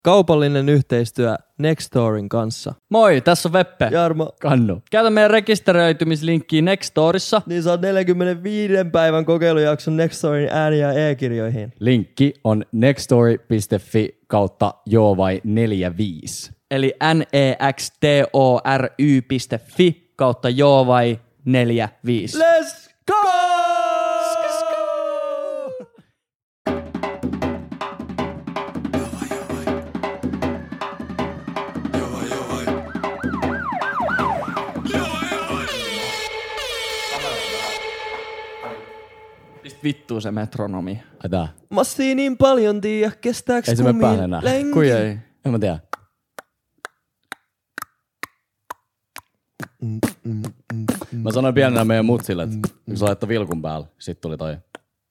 Kaupallinen yhteistyö Nextorin kanssa. Moi, tässä on Veppe. Jarmo. Kannu. Käytä meidän rekisteröitymislinkkiä Nextorissa. Niin saa 45 päivän kokeilujakson Nextorin ääni- ja e-kirjoihin. Linkki on nextory.fi/joovai45. Eli nextory.fi/joovai45. Let's go! Vittuu se metronomi. Ai tää. Massi niin paljon tiiä, kestääks Ei se mene päälle enää. lenki? Kui ei. En mä tiedä. Mä sanoin pienenä meidän mutsille, että kun sä laittoi vilkun päälle, sit tuli toi.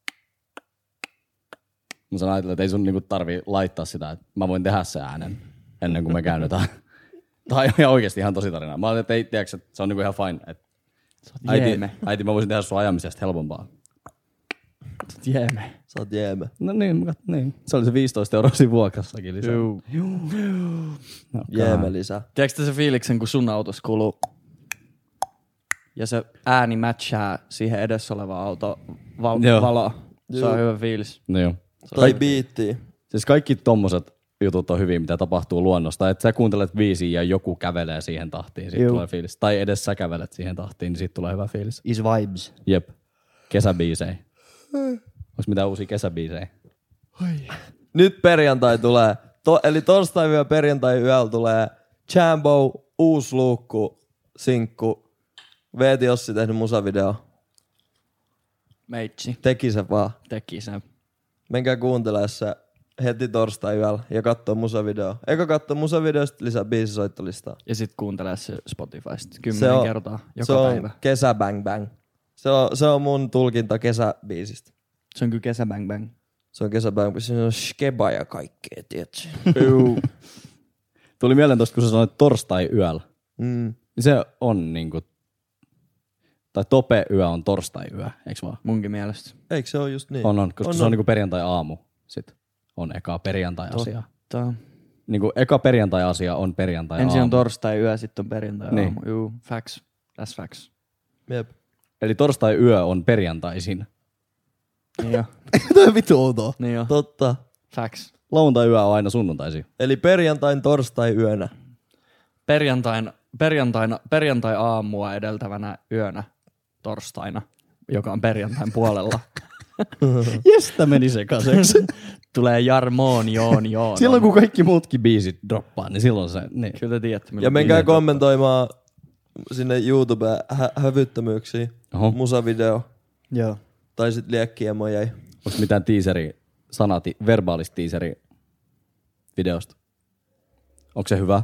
Mä sanoin, että ei sun niinku tarvii laittaa sitä, että mä voin tehdä se äänen ennen kuin me käännytään. Tää on ihan oikeesti ihan tosi tarina. Mä olin, että ei tiedäks, että se on niinku ihan fine. Että äiti, mä voisin tehdä sun ajamisesta helpompaa. Jeeme. Sä oot jeeme. No niin. Se oli se 15 € siinä vuokrassakin lisää. No, Jeeme lisää. Tiedätkö se fiiliksen, kun sun autossa kuuluu ja se ääni matchaa siihen edessä olevaan auto valoa. Se on hyvä fiilis. No joo. Tai biittii. Siis kaikki tommoset jutut on hyviä, mitä tapahtuu luonnosta. Että sä kuuntelet biisiä ja joku kävelee siihen tahtiin, siitä tulee fiilis. Tai edes sä kävelet siihen tahtiin, niin siitä tulee hyvä fiilis. Is vibes. Jep. Kesäbiisei. Onks mitään uusia kesäbiisejä? Nyt perjantai tulee. Eli torstai perjantai yöllä tulee Jambo, uusi luukku, sinkku. Veeti Ossi tehnyt musavideo. Meitsi. Teki se vaan. Teki sen. Menkää kuuntelemaan se heti torstai yöllä ja kattoo musavideo. Eka kattoo musavideo, sit lisää biisisoittolistaa. Ja sit kuuntelee se Spotifysta 10 kertaa joka päivä. Se on kesä bang bang. Se on mun tulkinta kesäbiisistä. Se on kyllä kesä bang bang. Se on kesä bang bang. Se on skeba ja kaikkea, tiedätkö? Tuli mieleen tosta, kun sä sanoit torstai yöllä. Mm. Se on niinku, tai tope yö on torstai yö, eiks vaan? Munkin mielestä. Eikö se ole just niin? On, koska se on niinku perjantai aamu. Sit on eka perjantai asia. Niinku eka perjantai asia on perjantai aamu. Ensin on torstai yö, sitten on perjantai aamu. Niin. Juu, facts. That's facts. Jep. Eli torstai yö on perjantaisin. Niin jo. Toi on vittu outoa. Niin jo. Totta. Facts. Lauantai yö on aina sunnuntaisin. Eli perjantain torstai yönä. Perjantai aamua edeltävänä yönä torstaina, joka on perjantain puolella. Jestä meni sekaiseksi. Tulee Jarmoon, joon. Silloin kun kaikki muutkin biisit droppaa, niin silloin se... Niin. Kyllä te tiedätte. Ja menkää kommentoimaan sinne YouTubeen hävyttömyyksiä. Oho. Musavideo. Joo. Tai sit liekkiemoja. Onko mitään verbaalista teaseri videosta? Onko se hyvä?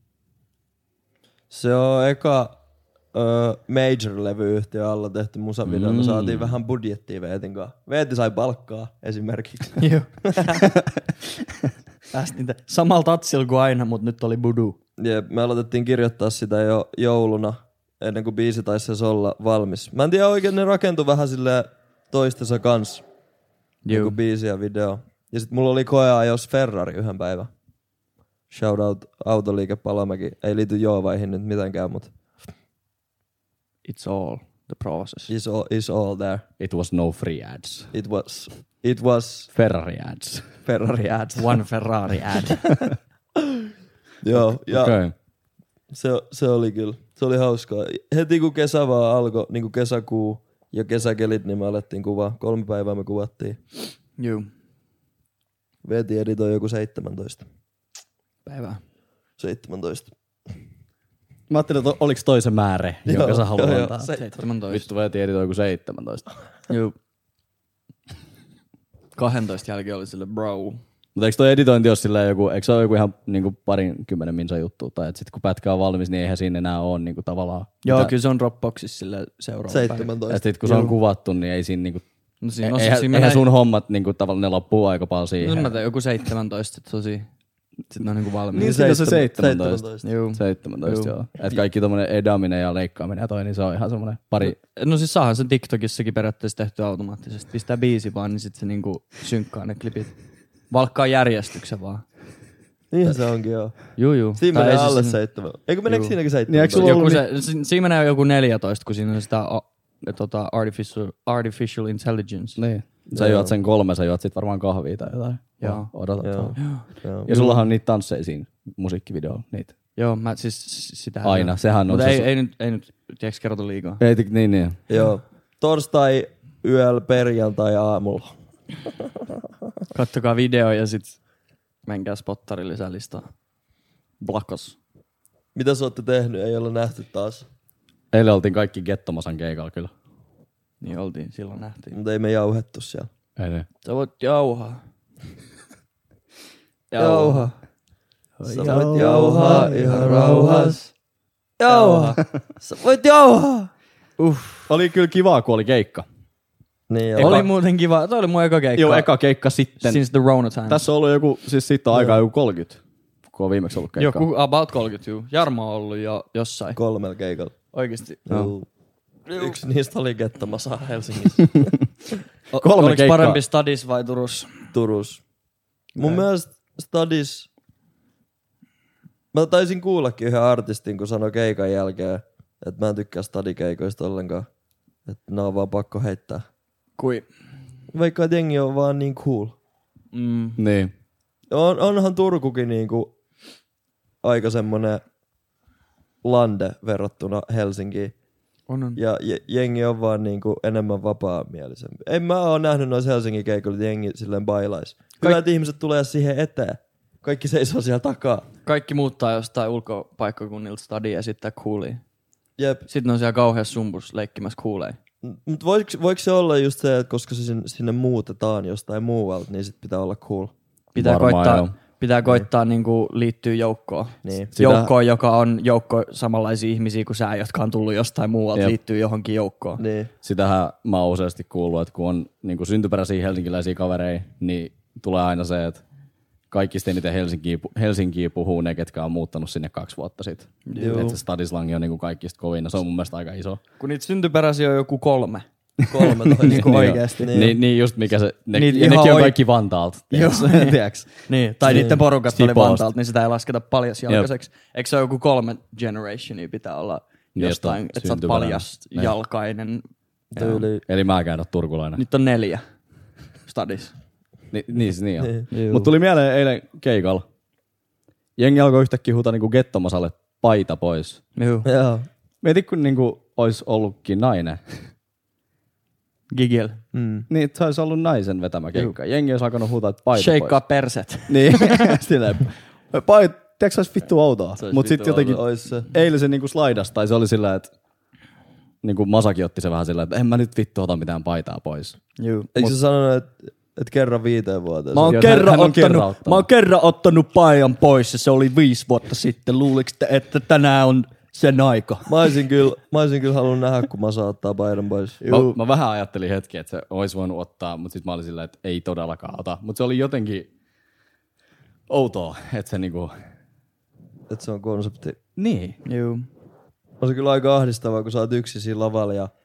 Se on eka Major-levyyhtiö alla tehty musavideo. Me saatiin vähän budjettia Veetin kanssa. Veeti sai palkkaa esimerkiksi. Joo. Niitä samalla tatsilla kuin aina, mutta nyt oli Budu. Jep, me aloitettiin kirjoittaa sitä jo jouluna, ennen kuin biisi taisi olla valmis. Mä en tiedä oikein, ne rakentui vähän silleen toistensa kanssa. Niinku biisi ja video. Ja sit mulla oli koeajos Ferrari yhden päivän. Shout out Autoliike Palomäki. Ei liity Joovaihin nyt mitenkään, mutta It's all the process. It's all there. It was no free ads. It was Ferrari ads. Ferrari ads. One Ferrari ad. Joo, ja Okay. se oli kyllä. Se oli hauskaa. Heti kun kesä vaan alkoi, niin kuin kesäkuu ja kesäkelit, niin me alettiin kuvaa. 3 päivää me kuvattiin. Juu. Veeti editoi joku 17. Päivää. 17. Mä ajattelin, että oliko toi se määrä, jonka sä haluat antaa. 17. Vittu Veeti editoi joku 17. Juu. 12 jälkeen oli sille bro. Mutta eikö toi editointi ole silleen joku, eikö se ole joku ihan niinku 20 minsa juttu? Tai että sit kun pätkä on valmis, niin eihän siinä enää ole niinku tavallaan... Joo, kyllä se on Dropboxissa sille seuraava 17. Ja sit kun se on kuvattu, niin ei siinä niinku... No siinä Eihän sun hommat niinku tavallaan, ne loppuu aika paljon siihen. No mä tein joku 17, että tosi... Sitten ne on niinku valmiina. Niin siinä on se 17. Juu. 17, joo. Että kaikki tommonen edaminen ja leikkaaminen ja toi, niin se on ihan semmonen pari... No siis saahan sen TikTokissakin periaatteessa tehty automaattisesti. Pistää biisi vaan, niin sit se niinku synkkaa ne klipit. Valkkaa järjestyksen vaan. Niinhän se onkin, joo. Juu. Siinä menee alle 7. Eikö meneekö siinäkin 7? Siinä menee joku 14, kun siinä on sitä artificial intelligence. Niin. Sä juot sen 3, sä juot sit varmaan kahvia tai jotain. Joo. Odotat. Joo. Ja sullahan on niitä tansseja siinä musiikkivideolla. Niitä. Joo, mä siis sitä. Aina, sehän on. Mutta ei nyt, tiedätkö kerrota liikaa. Ei, niin. Joo. Torstai yöllä, perjantai aamulla. Kattokaa video ja sit menkää Spottarin lisälistaan. Blackos. Mitä sä ootte tehnyt? Ei olla nähty taas. Eilen oltiin kaikki Gettomasan keikalla kyllä. Niin oltiin, silloin nähtiin. Mutta ei me jauhettu siellä. Ei ne. Sä voit jauhaa. Jauha. Sä voit jauhaa ihan rauhas. Jauha. Sä voit jauhaa. Oli kyllä kivaa, kun oli keikka. Niin, oli muuten kiva. Toi oli mun eka keikka. Joo, eka keikka sitten. Since the Rona time. Tässä on ollut joku, siis siitä on aikaa joku 30, kun on viimeksi ollut keikka. Joku about 30, juu. Jarmo on ollut jo jossain. 3 keikalla. Oikeesti. No. Yksi niistä oli Gettomassa Helsingissä. 3 Oliko keikkaa. parempi Stadis vai Turus? Turus. Mun mielestä Stadis... Mä taisin kuullakin yhden artistin, kun sanoi keikan jälkeen, että mä en tykkää stadikeikoista ollenkaan. Että nää on vaan pakko heittää. Kui? Vaikka että jengi on vaan niin cool. Niin. Onhan Turkukin niinku aika semmonen lande verrattuna Helsinkiin. On. Ja jengi on vaan niinku enemmän vapaamielisempi. En mä oo nähnyt noissa Helsingin keikoilla, että jengi silleen bailais. Hyvät ihmiset tulee siihen eteen. Kaikki seisoo siellä takaa. Kaikki muuttaa jostain ulkopaikkakunnilta stadiin ja sitten coolia. Jep. Sitten on siellä kauheassa sumpus leikkimässä cooleja. Mut voiko se olla just se, että koska se sinne muutetaan jostain muualta, niin sit pitää olla cool. Pitää koittaa niinku liittyä joukkoon. Niin. Joukkoon, joka on joukko samanlaisia ihmisiä kuin sä, jotka on tullut jostain muualta, Jep. liittyy johonkin joukkoon. Niin. Sitähän mä oon useasti kuullut, että kun on niin syntyperäisiä helsinkiläisiä kavereita, niin tulee aina se, että kaikista eniten Helsinkiä puhuu ne, ketkä on muuttanut sinne 2 vuotta sitten. Että se stadislangi on niin kaikista kovin. Se on mun mielestä aika iso. Kun niitä syntyperäisiä on joku 3. 13. Niinku oikeesti. Niin just mikä se, Niin, nekin on kaikki Vantaalta. Tiedäks? Niin, tai niiden porukat oli Vantaalta, niin sitä ei lasketa paljasjalkaiseksi. Eikö se ole joku 3 generationia pitää olla jostain, että sä oot paljasjalkainen. Eli mä käyn turkulainen. Nyt on 4 stadis. Niin on. Mut tuli mieleen eilen keikalla. Jengi alkoi yhtäkkiä huutaa niinku Gettomasalle paita pois. Joo. Mieti kun niinku ois ollutkin nainen. Gigil. Niin, se olisi ollut naisen vetämä keikka. Jengi olisi alkanut huutaa, että paita pois. Shakeaa perset. Niin, silleen. Tiedätkö, se olisi vittu outoa. Mut sit jotenkin eilen se niinku slaidas, tai se oli sillä, että niinku Masakin otti se vähän sillä, että en mä nyt vittu ota mitään paitaa pois. Eikö se sanonut, että kerran 5 vuoteen? Mä oon kerran ottanut paidan pois ja se oli 5 vuotta sitten. Luuliks te, että tänään on sen aika? Mä olisin kyllä halunnut nähdä, kun Masa ottaa paidan pois. Mä vähän ajattelin hetki, että se olisi voinut ottaa, mutta sit mä olin sillä, että ei todellakaan ota. Mutta se oli jotenkin outoa, että se niinku... Että se on konsepti. Niin. Juu. On se kyllä aika ahdistavaa, kun sä oot yksin siinä lavalla ja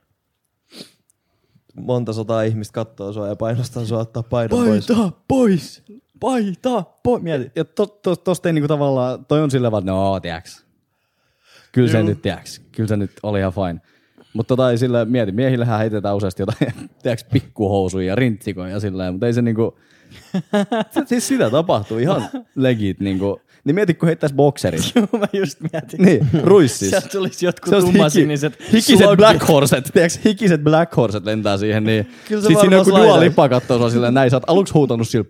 monta 100 ihmistä kattoo sua ja painostaa sua ottaa paidan pois. Paita pois! Mieti. Ja tosta ei niinku tavallaan, toi on sillä vaan, no tiiäks. Kyllä se nyt tiiäks. Kyllä se nyt oli ihan fine. Mutta ei sillä mieti, miehillähän heitetään useasti jotain, tiiäks, pikkuhousuja ja rintsikoja ja sillä, mutta ei se niinku, siis sitä tapahtuu ihan legit niinku. Niin mieti, kun heittäis bokserit. Joo, mä just mietin. Niin, ruissis. Sieltä tulisi jotkut tummasiniset hikiset black horset. Tiedätkö, hikiset black horset lentää siihen, niin kyllä se sit siinä joku slaidaisi. Dua Lipa kattoo sua silleen näin. Sä oot aluksi huutanut sillä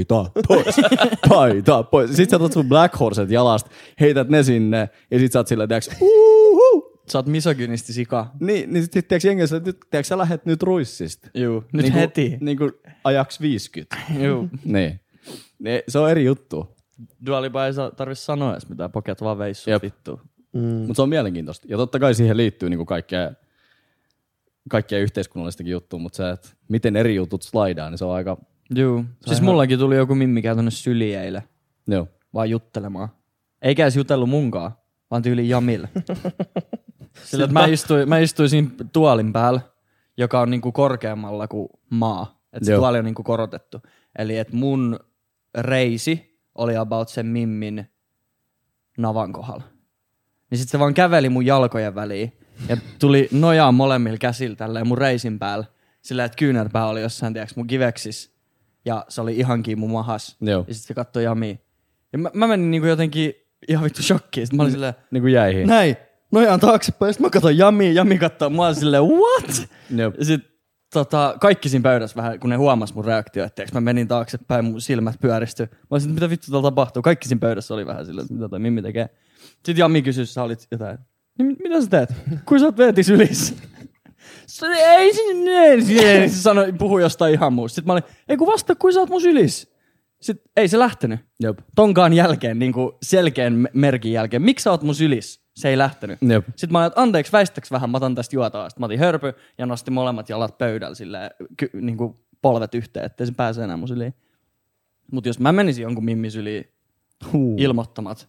paita pois. Sit sä otat sun black horset jalasta, heität ne sinne ja sit sä oot silleen, tiedäks, Sä oot misogynisti sika. Niin sit tiedäks jengissä, että tiedäks sä lähet nyt ruissista. Juu, nyt niinku, heti. Niinku ajaks 50. Juu. Niin. Se on eri juttu. Dua Lipa ei tarvitse sanoa edes mitään, poket vaan veissut vittuun. Mutta se on mielenkiintoista. Ja totta kai siihen liittyy niinku kaikkea yhteiskunnallistakin juttua, mutta se, että miten eri jutut slaidaa, niin se on aika... Juu. Siis mullakin tuli joku mimmi käytännössä syljeille. Joo. Vaan juttelemaan. Eikä edes jutellut munkaan, vaan tyyliin Jamille. Sillä mä istuin siinä tuolin päällä, joka on niinku korkeammalla kuin maa. Että se tuoli on niinku korotettu. Eli että mun reisi oli about sen Mimmin navan kohdalla. Niin sit se vaan käveli mun jalkojen väliin ja tuli nojaa molemmilla käsillä tälleen mun reisin päällä. Sillä että kyynärpää oli jossain, tiiäks, mun kiveksis. Ja se oli ihankin mun mahas. Joo. Ja sit se kattoi Jamia. Ja mä menin niinku jotenkin ihan vittu shokkiin. Sit mä olin silleen... Niinku jäihin. Näin. Nojaan taaksepäin. Sit mä katsoin Jamia. Jami kattoo mua silleen, what? Jop. Ja sit kaikki siinä pöydässä vähän, kun ne huomas mun reaktio, että mä menin taaksepäin, mun silmät pyöristyi. Mä olisin, mitä vittu täällä tapahtuu? Kaikki siinä pöydässä oli vähän silleen, että mitä toi Mimmi tekee. Sitten Jami kysyi, sä olit jotain, niin mitä sä teet? Kun sä oot veetis ylis. Ei se sanoi, puhui jostain ihan muusta. Sitten mä olin, ei kun vasta, kun sä oot mun sylis. Sitten ei se lähtenyt. Jop. Tonkaan jälkeen, niin kuin selkeän merkin jälkeen. Miksi sä oot mun sylis? Se ei lähtenyt. Jop. Sitten mä olin, että anteeksi, väistäks vähän, mä otan tästä juotaa. Sitten mä otin hörpy ja nostin molemmat jalat pöydällä silleen, niin kuin polvet yhteen, ettei se pääse enää mun syliin. Mut jos mä menisin jonkun Mimmin syliin ilmoittamat.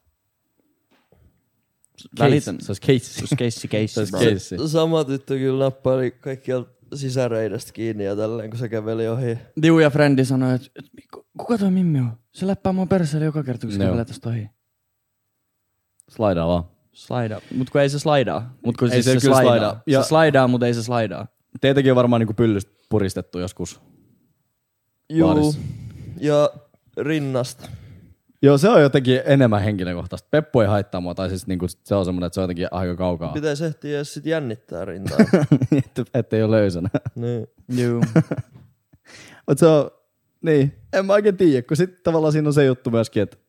Välitön. Se olisi keissi. Se olisi keissi, bro. Keissi. Sama tyttö kyllä nappaili kaikkialta sisäreidestä kiinni ja tälleen, kun se käveli ohi. Diu ja Frendi sanoi, että kuka toi Mimmi on? Se läppää mua perseelle joka kerta, kun se kävelee tästä ohi. Slaidaa vaan. Slaidaa. Mut kun ei se slaidaa. Mut kun Ei siis se se kyllä slaidaa. slaidaa. Ja- Se slaidaa, mut ei se slaidaa. Teitäkin on varmaan niinku pyllystä puristettu joskus. Juu. Baarissa. Ja rinnasta. Joo, se on jotenkin enemmän henkilökohtaista. Peppu ei haittaa mua, tai siis niinku se on semmoinen, että se on jotenkin aika kaukaa. Pitäisi ehtiä edes sit jännittää rintaa. Ettei ole löysänä. niin. Juu. Mut se on, niin, en mä oikein tiedä, kun sit tavallaan siinä on se juttu myöskin, että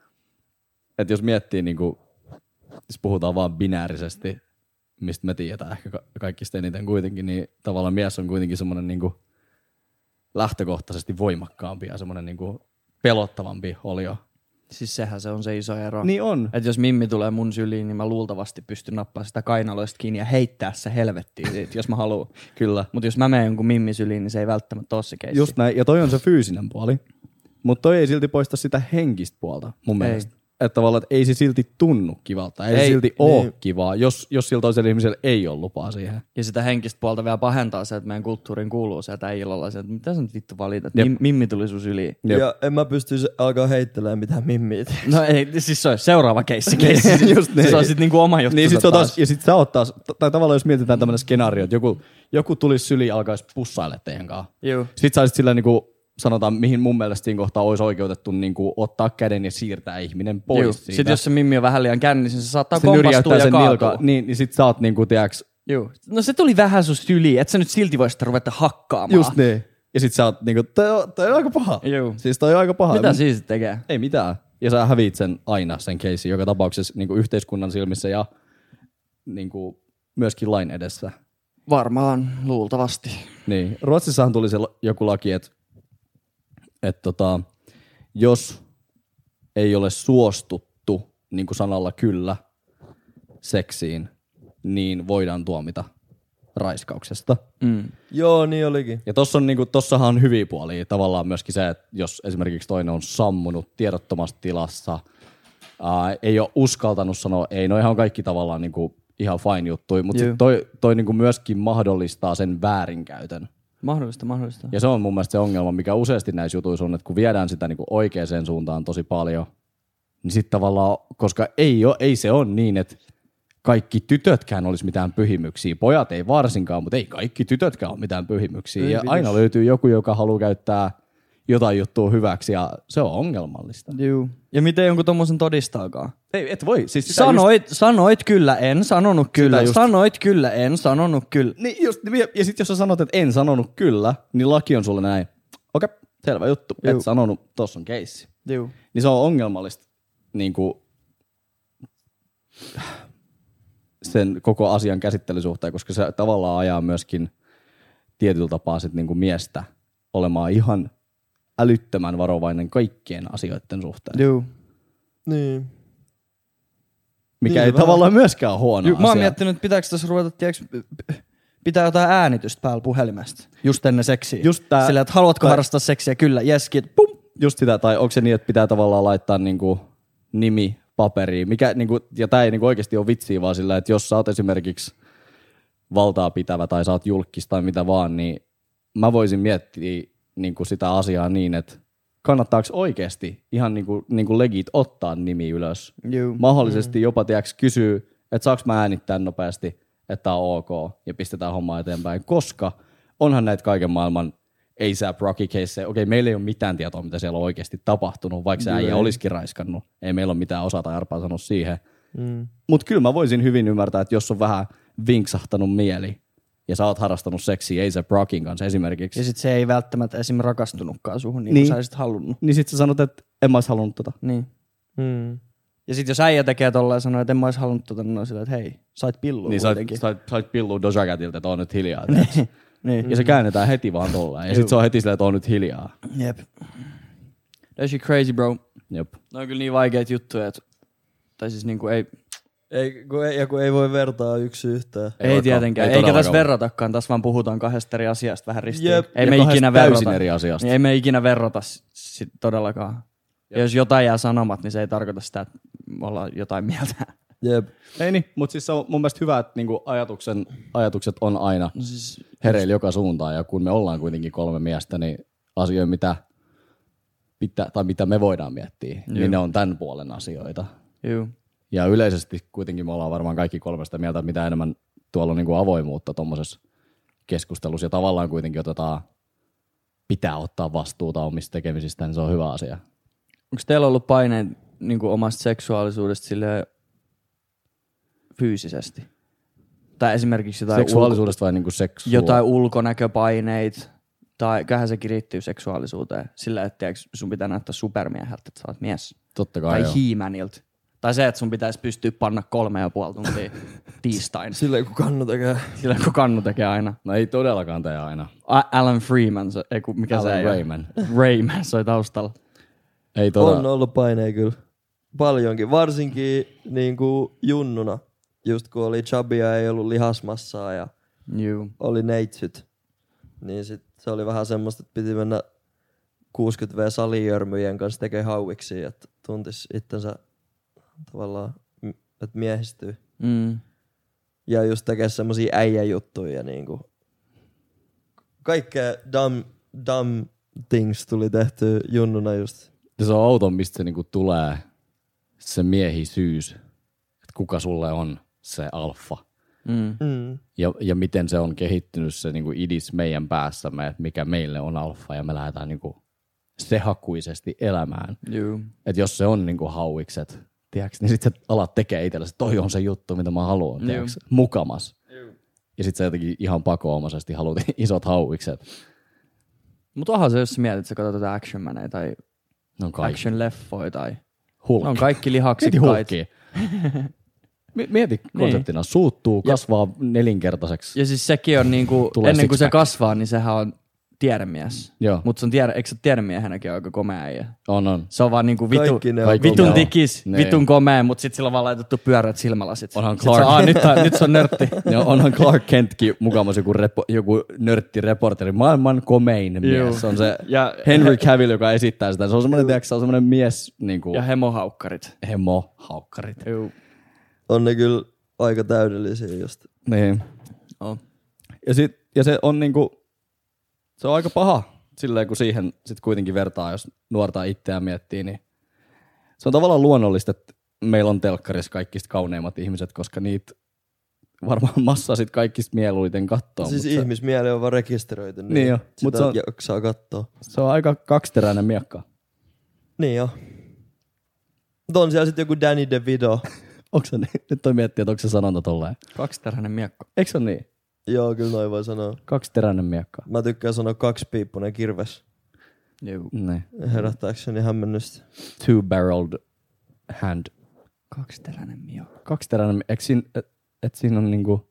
jos miettii niinku, jos puhutaan vaan binäärisesti, mistä me tiedetään ehkä kaikista eniten kuitenkin, niin tavallaan mies on kuitenkin semmoinen niinku lähtökohtaisesti voimakkaampi ja semmoinen niinku pelottavampi olio. Siis sehän se on se iso ero. Niin on. Että jos Mimmi tulee mun syliin, niin mä luultavasti pystyn nappaamaan sitä kainaloista kiinni ja heittää se helvettiin siitä, jos mä haluan. Kyllä. Mutta jos mä menen jonkun Mimmi syliin, niin se ei välttämättä ole se keissi. Just näin, ja toi on se fyysinen puoli. Mutta toi ei silti poista sitä henkistä puolta mun mielestä. Että tavallaan, että ei se silti tunnu kivalta, ei se silti oo kivaa, jos sillä toisella ihmisellä ei ole lupaa siihen. Ja sitä henkistä puolta vielä pahentaa se, että meidän kulttuuriin kuuluu se, että äijillä ollaan se, että mitä sä nyt vittu valitat, Mimmi tuli sun syliin. Jep. Ja en mä pystyisi alkaa heittelemään mitään mimmiä. No ei, siis se on seuraava keissi. Just niin. Se on sit niinku oma juttu. Niin sit taas, ja sit sä oot taas, tai tavallaan jos mietitään tämmönen skenaario, että joku tulisi syliin ja alkaisi pussailla teidän kanssa. Juu. Sit sä olisit sillä niinku, sanotaan, mihin mun mielestä siinä kohtaa olisi oikeutettu niinku ottaa käden ja siirtää ihminen pois Juu. siitä. Sitten jos se Mimmi on vähän liian kännissä, niin se saattaa Sitten kompastua ja sen kaatua. nilkaa, niin sit sä oot niinku, tiiäks, Juu. No se tuli vähän sun syliin, et sä nyt silti voi sitä ruveta hakkaamaan. just niin. Ja sit sä oot niinku, toi on aika paha. Juu. Siis toi on aika paha. Mitä siis sit tekee? Ei mitään. Ja sä häviit sen aina, sen keissin, joka tapauksessa niinku yhteiskunnan silmissä ja niinku myöskin lain edessä. Varmaan, luultavasti. Niin. Ruotsissahan tuli se joku laki, että jos ei ole suostuttu niin kuin sanalla kyllä seksiin, niin voidaan tuomita raiskauksesta. Mm. Joo, niin olikin. Ja tossahan on hyviä puolia. Tavallaan myöskin se, että jos esimerkiksi toinen on sammunut tiedottomassa tilassa, ei ole uskaltanut sanoa ei, no ihan kaikki tavallaan niinku ihan fine juttuja, mutta sit toi niinku myöskin mahdollistaa sen väärinkäytön. Mahdollista. Ja se on mun mielestä se ongelma, mikä useasti näissä jutuissa on, että kun viedään sitä niinku oikeaan suuntaan tosi paljon, niin sitten tavallaan, koska ei se ole niin, että kaikki tytötkään olisi mitään pyhimyksiä. Pojat ei varsinkaan, mutta ei kaikki tytötkään ole mitään pyhimyksiä. Ja aina löytyy joku, joka haluaa käyttää jotain juttua hyväksi, ja se on ongelmallista. Juu. Ja miten jonkun tommosen todistaakaan? Ei, et voi. Siis Sanoit kyllä, en sanonut kyllä. Sanoit kyllä, en sanonut kyllä. Niin just, ja sitten jos sä sanot, että en sanonut kyllä, niin laki on sulle näin. Okei, selvä juttu. Juu. Et sanonut, tossa on keissi. Juu. Niin se on ongelmallista niinku sen koko asian käsittelysuhteen, koska se tavallaan ajaa myöskin tietyllä tapaa sit niinku miestä olemaan ihan älyttömän varovainen kaikkien asioiden suhteen. Juu. Niin. Mikä niin ei tavallaan myöskään ole huono asia. Mä oon miettinyt, että pitääkö tässä ruveta, pitää jotain äänitystä päällä puhelimesta. Just ennen seksiä. Just tää, sillä, että haluatko harrastaa seksiä? Kyllä. Jeskit. Pum. Just sitä, tai onko se niin, että pitää tavallaan laittaa niinku nimi paperiin. Mikä, niinku, ja tää ei niinku oikeasti ole vitsiä, vaan sillä, että jos sä oot esimerkiksi valtaa pitävä tai sä oot julkis tai mitä vaan, niin mä voisin miettiä niinku sitä asiaa niin, että kannattaako oikeasti ihan niinku legit ottaa nimi ylös. Juu. Mahdollisesti jopa kysyy, että saaks mä äänittää nopeasti, että tää on ok ja pistetään hommaa eteenpäin, koska onhan näitä kaiken maailman A$AP Rocky caseja. Okei, meillä ei ole mitään tietoa, mitä siellä on oikeasti tapahtunut, vaikka se äijä olisikin raiskannut. Ei meillä ole mitään osaa tai arpaa sanoa siihen. Mutta kyllä mä voisin hyvin ymmärtää, että jos on vähän vinksahtanut mieli ja sä oot harrastanut seksiä A$AP Rockin kanssa esimerkiksi. Ja sit se ei välttämättä esim. Rakastunutkaan suhun, niin kuin sä olisit halunnut. Niin sit sä sanot, että en mä ois halunnut tota. Niin. Ja sit jos äijä tekee tolleen ja sanoo, että en mä ois halunnut tota, niin on silleen, että hei, sait pillua niin kuitenkin. Sait pillua Doja Catilta, että on nyt hiljaa. Niin. Ja se käännetään heti vaan tolleen. Ja sit se on heti silleen, että on nyt hiljaa. Jep. That shit crazy, bro. Jep. Ne on kyllä niin vaikeita juttuja, että... Tai siis niinku ei... kun ei voi vertaa yksi yhteen. Ei tietenkään. Ei eikä tässä verratakaan. Tässä vaan puhutaan kahdesta eri asiasta vähän ristiin. Jep. Ei me kahdesta ikinä täysin verrata. eri asiasta. Niin ei me ikinä verrata sit todellakaan. Ja jos jotain jää sanomat, niin se ei tarkoita sitä, että me ollaan jotain mieltä. Jep. Ei niin, mutta siis se on mun mielestä hyvä, että niinku ajatukset on aina hereillä joka suuntaan. Ja kun me ollaan kuitenkin 3 miestä, niin asioita, mitä me voidaan miettiä, niin ne on tämän puolen asioita. Juu. Ja yleisesti kuitenkin me ollaan varmaan kaikki 3 sitä mieltä, että mitä enemmän tuolla on niinku avoimuutta tuommoisessa keskustelussa. Ja tavallaan kuitenkin pitää ottaa vastuuta omista tekemisistä, niin se on hyvä asia. Onko teillä ollut paineet niin omasta seksuaalisuudesta silleen fyysisesti? Tai esimerkiksi seksuaalisuudesta vai niinku jotain ulkonäköpaineita? Tai kyllähän se liittyy seksuaalisuuteen. Sillä, että sun pitää näyttää supermieheltä, että sä oot mies. Totta kai tai joo. He-Manilta. Tai se, että sun pitäisi pystyä panna 3,5 tuntia tiistain. Silleen kun kannu tekee. Aina. No ei todellakaan tee aina. Alan Freeman, mikä Alan se ei Rayman. Rayman soi taustalla. Ei On ollut paineja kyllä. Paljonkin. Varsinkin niinku junnuna. Just kun oli chubia, ei ollut lihasmassaa ja oli neitsyt. Niin sit se oli vähän semmoista, että piti mennä 60V salijörmyjen kanssa tekee hauiksi, että tuntis itsensä tavallaan, että miehistyy. Ja just tekee semmosia äijäjuttuja niinku. Kaikkea dumb things tuli tehty junnuna just. Ja se on outo, mistä se niinku tulee se miehisyys, että kuka sulle on se alfa. Ja miten se on kehittynyt se niinku idis meidän päässämme, että mikä meille on alfa ja me lähdetään niinku sehakuisesti elämään. Että jos se on niinku hauikset, tiiäks, niin sit sä alat tekee itsellesi, toi on se juttu, mitä mä haluan, tiiäks, mukamas. Ja sit sä jotenkin ihan pakoomaisesti haluat isot hauikset. Mut onhan se, jos sä mietit, että sä katsot tätä action-maneja tai action-leffoja tai... Hulk. Ne on kaikki lihaksikkaita. Mieti konseptina, suuttuu, kasvaa 4-kertaiseksi. Ja siis sekin on niinku, ennen kuin se kasvaa, niin sehän on tiedemies. Mutta eikö se tiedemiehenäkin aika komea äijä? On. Se on vaan niinku vitun tikis, vitun komea, mutta sit sillä on vaan laitettu pyörät silmälasit. Onhan Clark. Nyt se on nörtti. Onhan Clark Kentkin mukamas joku nörttireporteri. Maailman komein mies. Se on se Henry Cavill, joka esittää sitä. Se on semmoinen mies. Niinku, ja hemohaukkarit. On ne kyllä aika täydellisiä just. Niin. On. Ja se on niinku, se on aika paha silleen, kun siihen sit kuitenkin vertaa, jos nuorta itseään miettii, niin se on tavallaan luonnollista, että meillä on telkkarissa kaikista kauneimmat ihmiset, koska niitä varmaan massa sit kaikista mieluiten kattoo. Siis ihmismieli on vaan rekisteröity, niin jo. Sitä se on, jaksaa kattoo. Se on aika kaksiteräinen miekka. Niin jo. Mutta on siellä sitten joku Danny DeVito. Onko se niin? Nyt toi miettii, että onko se sanonta tolleen. Kaksiteräinen miekka. Eikö se ole niin? Joo, kyllä noin voi sanoa. Kaksiteräinen miekka. Mä tykkään sanoa kaksipiippunen kirves. Joo. Niin. Herättääkseni hämmennystä. Two-barreled hand. Kaksiteräinen miekka. Kaksiteräinen, eikö siinä on niinku...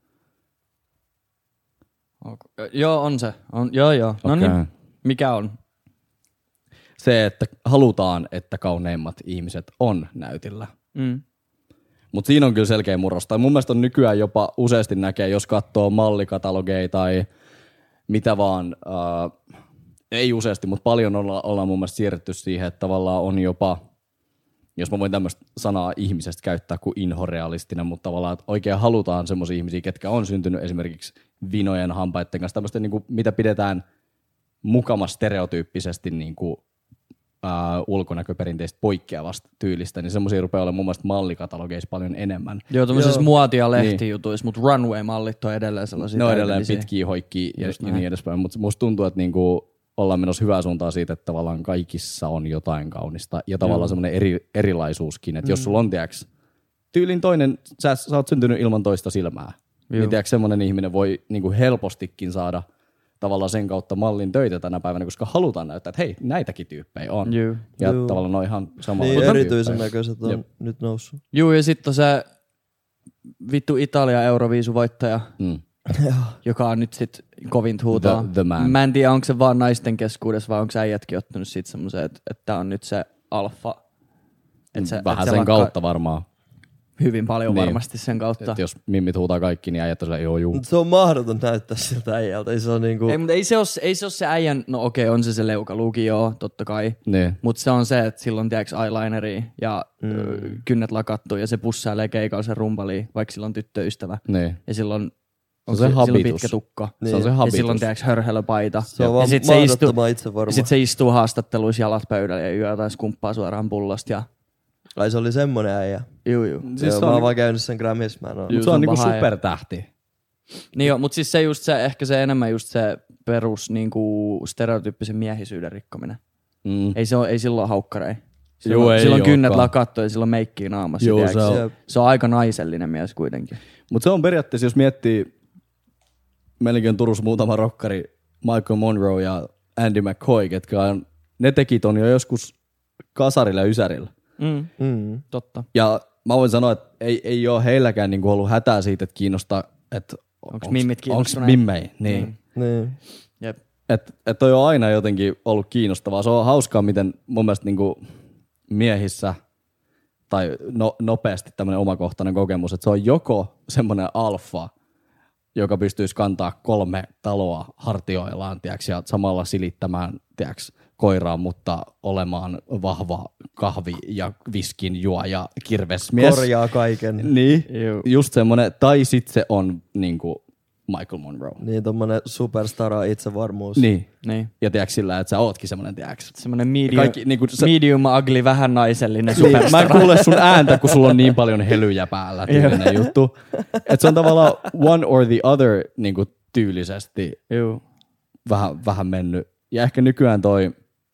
Joo, on se. Joo. No niin, mikä on? Se, että halutaan, että kauneimmat ihmiset on näytillä. Mutta siinä on kyllä selkeä murros. Tai mun mielestä on nykyään jopa useasti näkee, jos katsoo mallikatalogeja tai mitä vaan. Ei useasti, mutta paljon ollaan mun mielestä siirretty siihen, että tavallaan on jopa, jos mä voin tämmöistä sanaa ihmisestä käyttää kuin inhorealistinen, mutta tavallaan, että oikein halutaan semmoisia ihmisiä, ketkä on syntynyt esimerkiksi vinojen hampaiden kanssa, tämmöistä, niin kuin, mitä pidetään mukamas stereotyyppisesti niin kuin ulkonäköperinteistä poikkeavasta tyylistä, niin semmoisia rupeaa olemaan mun mielestä mallikatalogeissa paljon enemmän. Joo, tämmöisissä muoti- ja lehtijutuissa, mutta runway-mallit on edelleen sellaisia. Ne on edelleen pitkiä, hoikkia ja niin edespäin, mutta musta tuntuu, että niinku ollaan menossa hyvää suuntaan siitä, että tavallaan kaikissa on jotain kaunista ja tavallaan semmoinen erilaisuuskin, että jos sulla on tyylin toinen, sä oot syntynyt ilman toista silmää, niin semmoinen ihminen voi niinku helpostikin saada tavallaan sen kautta mallin töitä tänä päivänä, koska halutaan näyttää, että hei, näitäkin tyyppejä on. Ja tavallaan ne on ihan samalla. Niin, erityisen näköiset on nyt noussut. Joo, ja sitten se vittu Italia Euroviisuvoittaja, joka on nyt sit kovin huutaa. The man. Mä en tiedä, onko se vaan naisten keskuudessa, vai onko äijätkin ottanut sit semmoisen, että tää on nyt se alfa. Vähän sen kautta varmaan. Hyvin paljon varmasti sen kautta. Et jos mimmit huutaa kaikki, niin äijät on silleen, joo. Se on mahdoton näyttää siltä äijältä. Ei se on niinku... Ei, mutta ei se ole se äijän, no okei, on se leukaluki, joo, totta kai. Niin. Mutta se on se, että silloin tiedäks eyelineria ja kynnet lakattu ja se pussailee keikalla sen rumpaliin, vaikka sillä on tyttöystävä. Niin. Ja silloin on se habitus. Silloin pitkä tukka. Niin. Se on se habitus. Ja silloin tiedäks hörhelöpaita. Se on vaan mahdottoman itsevarma. Ja sit se istuu haastatteluissa jalat pöydällä ja yö jotain skumppaa suoraan pullosta ja... Ai se oli semmonen äijä. Juu. Siis mä oon vaan käynyt sen Grammys. Se on niinku supertähti. Niin joo, mut siis se just se, ehkä se enemmän just se perus niinku stereotyyppisen miehisyyden rikkominen. Ei silloin haukkarei. Silloin kynnet lakattu ja silloin meikkiä naamassa. Joo, se on aika naisellinen mies kuitenkin. Mut se on periaatteessa, jos miettii, meilläkin on Turussa muutama rokkari, Michael Monroe ja Andy McCoy, ketkä on, ne teki ton jo joskus kasarilla ja ysärillä. Totta. Ja mä voin sanoa, että ei ole heilläkään niinku ollut hätää siitä, että kiinnostaa, että onko mimmit kiinnostuneet. Onko mimmei, niin. Jep. Että toi on aina jotenkin ollut kiinnostavaa. Se on hauskaa, miten mun mielestä niinku miehissä tai nopeasti tämmöinen omakohtainen kokemus, että se on joko semmoinen alfa, joka pystyisi kantaa 3 taloa hartioillaan, tiiäks, ja samalla silittämään, tiiäks, koiraa, mutta olemaan vahva kahvi- ja viskin juoja kirvesmies. Korjaa kaiken. Niin, just semmoinen. Tai sit se on niinku Michael Monroe. Niin, tommonen superstara itsevarmuus. Niin. Ja tiiäks sillä, että sä ootkin semmoinen, tiiäks. Semmoinen medium ugly, vähän naisellinen superstara. Mä en kuule sun ääntä, kun sulla on niin paljon helyjä päällä tyylinen juttu. Että se on tavallaan one or the other niinku tyylisesti vähän mennyt. Ja ehkä nykyään toi,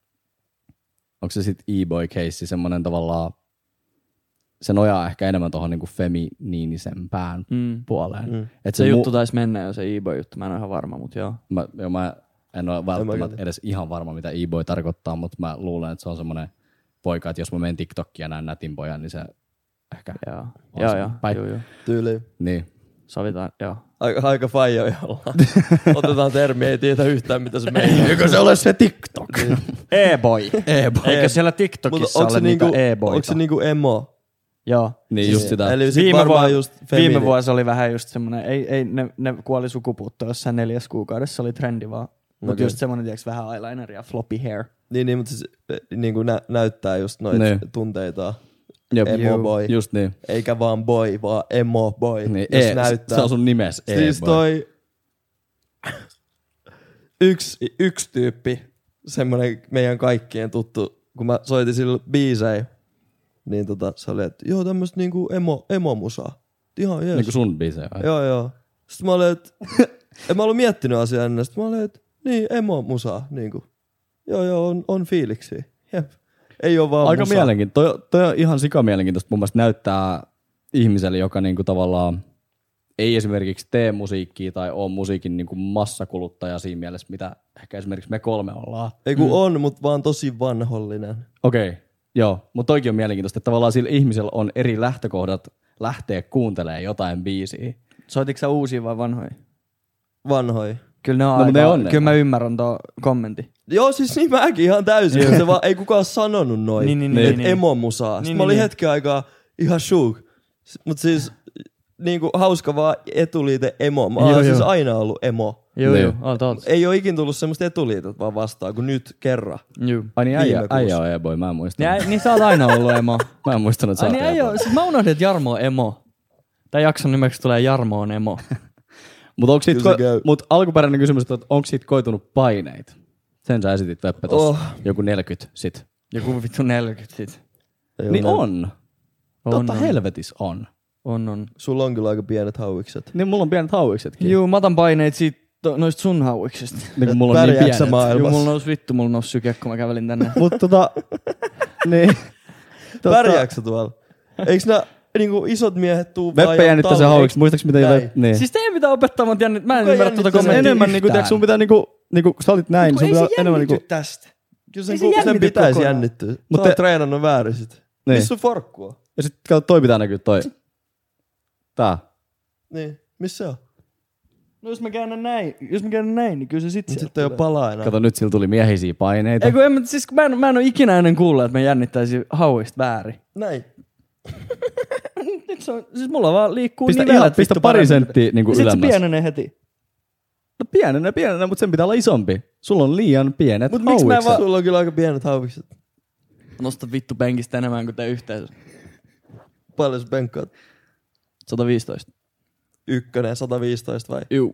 onko se sit e-boy-keissi semmonen tavallaan, se nojaa ehkä enemmän tohon niinku feminiinisempään puoleen. Et se juttu taisi mennä jo, se e-boy-juttu, mä en ole ihan varma, mutta joo. Mä en ole välttämättä edes ihan varma, mitä e-boy tarkoittaa, mutta mä luulen, että se on semmonen poika, että jos mä menen TikTokia ja näen nätin pojan, niin se ehkä Joo. Tyyliin. Niin. Sovitaan, joo. Aika faijoja ollaan. Otetaan termi, ei tiedä yhtään mitä se meinaa. Eikö se ole se TikTok? E-boy. Eikö siellä TikTokissa ole niitä e-boyta? Onko se niinku emo? Joo. Niin siis just sitä. Eli viime vuosi oli vähän just semmoinen, ne kuoli sukupuuttoon jossain 4 kuukaudessa, oli trendi vaan. Mutta just semmoinen, tiiäks, vähän eyeliner ja floppy hair. Niin mutta siis niinku näyttää just noita tunteita. Emo boy. Just niin. Eikä vaan boy, vaan emo boy. Niin, jos näyttää. Se on sun nimes, siis toi yksi tyyppi, semmonen meidän kaikkien tuttu, kun mä soitin silloin biisejä, niin se oli, että joo tämmöstä niinku emo-musaa. Ihan jees. Niinku sun biisejä? Joo. Sitten mä olin, että en mä ollut miettinyt asiaa ennen. Sitten mä olin, että niin emo-musaa niinku. Joo, on fiiliksi. Jep. Ei ole vaan aika musa. mielenkiintoista. Toi on ihan sikamielenkiintoista. Mun mielestä näyttää ihmiselle, joka niinku tavallaan ei esimerkiksi tee musiikkia tai ole musiikin niinku massakuluttaja siinä mielessä, mitä ehkä esimerkiksi me 3 ollaan. Ei kun on, mutta vaan tosi vanhollinen. Okei, joo. Mutta toikin on mielenkiintoista, että tavallaan sillä ihmisellä on eri lähtökohdat lähteä kuuntelemaan jotain biisiä. Soititko sä uusia vai vanhoja? Vanhoja. Kyllä ne on kyllä mä ymmärrän tuon kommentin. Joo, siis niin mäkin ihan täysin, mutta se vaan ei kukaan sanonut noin, että emo-musaa. Sitten mä olin hetken aikaa ihan shook. Mutta siis niinku hauska vaan etuliite emo. Mä oon siis aina ollut emo. Joo. Ei oo ikin tullut semmoista etuliitet vaan vastaan, kuin nyt kerran. Joo. Ai niin äijä on e-boy, mä en muistanut. Niin sä oot aina ollut emo. Mä en muistanut, että sä oot e-boy. Siis mä unohdin, että Jarmo on emo. Tän jakson nimeksi tulee Jarmo on emo. Mutta alkuperäinen kysymys, että onko siitä koitunut paineita? Sen sä esitit Veppe tossa joku 40 sit. Joku vittu 40 sit. Niin on. Totta helvetis on. On. Sulla on kyllä aika pienet hauikset. Niin mulla on pienet hauiksetkin. Juu, mä otan paineet siitä noista sun hauiksista. Niin kun mulla on niin pienet. maailmassa? Juu, mulla nousi syke, kun mä kävelin tänne. Mut niin. Pärjääksä tuolla? Eiks nää niinku isot miehet tuu vaan Veppe jännittää sen hauiksi. Muistaaks mitä niin. Siis teidän pitää opettaa, mutta mä en ymmärrä tuota kommenttia. Enemmän niinku, tiiäks, sun pitää niinku, kun sä olit näin, sun pitää enemmän niinku... tästä. Kyllä sen pitäisi jännittyä. Sä oot treenannut väärin sit. Niin. Missä sun forkku on? Ja sit kato, toi pitää näkyä toi. Tää. Niin. Missä se on? No jos mä käännän näin, niin kyllä se Sitten ei oo palaa enää. Kato, nyt sillä tuli miehisiä paineita. Ei kun mä en oo ikinä ennen kuullut, että mä jännittäisin hauista väärin. Näin. Nyt se on, siis mulla vaan liikkuu Pistä pari senttiä niinku sit ylemmäs. se pienenee heti. No pienenä, mutta sen pitää olla isompi. Sulla on liian pienet Mut miksi hauikset. Sulla on kyllä aika pienet hauikset. Nosta vittu penkistä enemmän kuin te yhteensä. Paljon sä penkkaat? 115. 115 vai? Juu.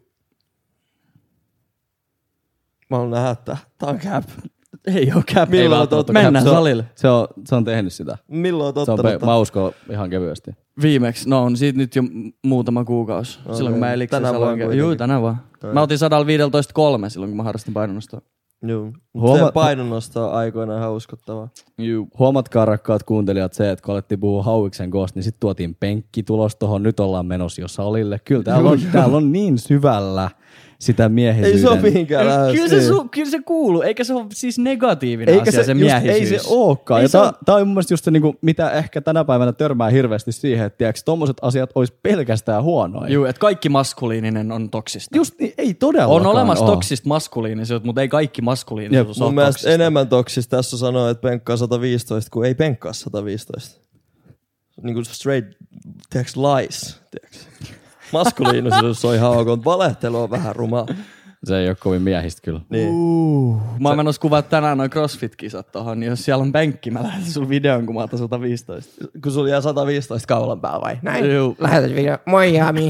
Mä haluan nähdä, että tää on cap. Ei oo cap. Milloin oot ottanut? Mennään salille. Se on tehnyt sitä. Milloin oot ottanut? Mä uskon ihan kevyesti. Viimeksi. No on siitä nyt jo muutama kuukausi. Okay. Silloin kun mä eliksen tänä vuonna kuitenkin. Juu, tänä vaan. Mä otin 115.3 silloin kun mä harrastin painonnostoa. Joo. Se painonnosto on aikoinaan ihan uskottavaa. Juu. Huomatkaa rakkaat kuuntelijat se, että kun alettiin puhua hauiksen koosta, niin sit tuotiin penkki tulos tohon. Nyt ollaan menossa jo salille. Kyllä täällä on niin syvällä sitä miehisyyden. Ei se ole mihinkään lähes. Kyllä se kuuluu. Eikä se ole siis negatiivinen asia se miehisyys. Ei se ookaan. Ja tää on mun mielestä just se, niinku, mitä ehkä tänä päivänä törmää hirveästi siihen, että tiiäks, tommoset asiat olisi pelkästään huonoja. Juu, että kaikki maskuliininen on toksista. Just niin, ei todellakaan on olemassa toksista maskuliinisuutta, mutta ei kaikki maskuliinisuus ole mun mielestä toksista. enemmän toksista tässä sanoo, että penkkaa 115, kuin ei penkkaa 115. Niinku straight, tiiäks, lies, tiiäks. Maskuliinisuus on ihan ok, mutta valehtelu on vähän rumaa. Se ei ole kovin miehistä kyllä. Niin. Mä oon menossa kuvaa tänään noin CrossFit-kisat tohon, niin jos siellä on penkki, mä lähetän sulle videon, kun mä otan 115. Kun sulla jää 115 kaulan päällä vai? Näin. Juu. Lähetät video. Moi Jami.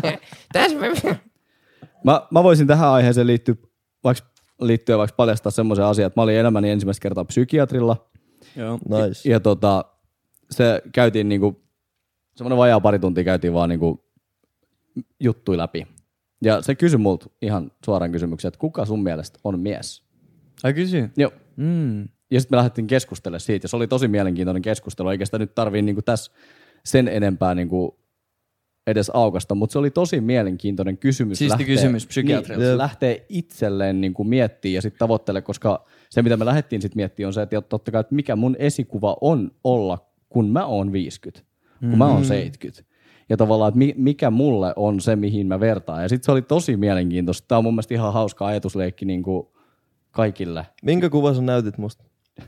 Mä voisin tähän aiheeseen liittyä vaikka paljastaa semmoisen asian, että mä olin elämäni ensimmäistä kertaa psykiatrilla. Joo. Nice. Ja se käytiin niinku, semmoinen vajaa pari tuntia käytiin vaan niinku juttui läpi. Ja se kysyi multa ihan suoran kysymyksen, että kuka sun mielestä on mies? Ai kysyy? Joo. Ja sitten me lähdettiin keskustelemaan siitä, ja se oli tosi mielenkiintoinen keskustelu, eikä sitä nyt tarvii niinku tässä sen enempää niinku edes aukasta, mutta se oli tosi mielenkiintoinen kysymys. Siisti kysymys psykiatrilta. Niin, lähtee itselleen niinku miettimään ja sitten tavoittele, koska se mitä me lähdettiin sitten miettimään on se, että totta kai, että mikä mun esikuva on olla, kun mä oon 50, kun mä oon 70. Ja tavallaan, että mikä mulle on se, mihin mä vertaan. Ja sitten se oli tosi mielenkiintoista. Tämä on mun mielestä ihan hauska ajatusleikki niin kuin kaikille. Minkä kuvan sä näytit musta?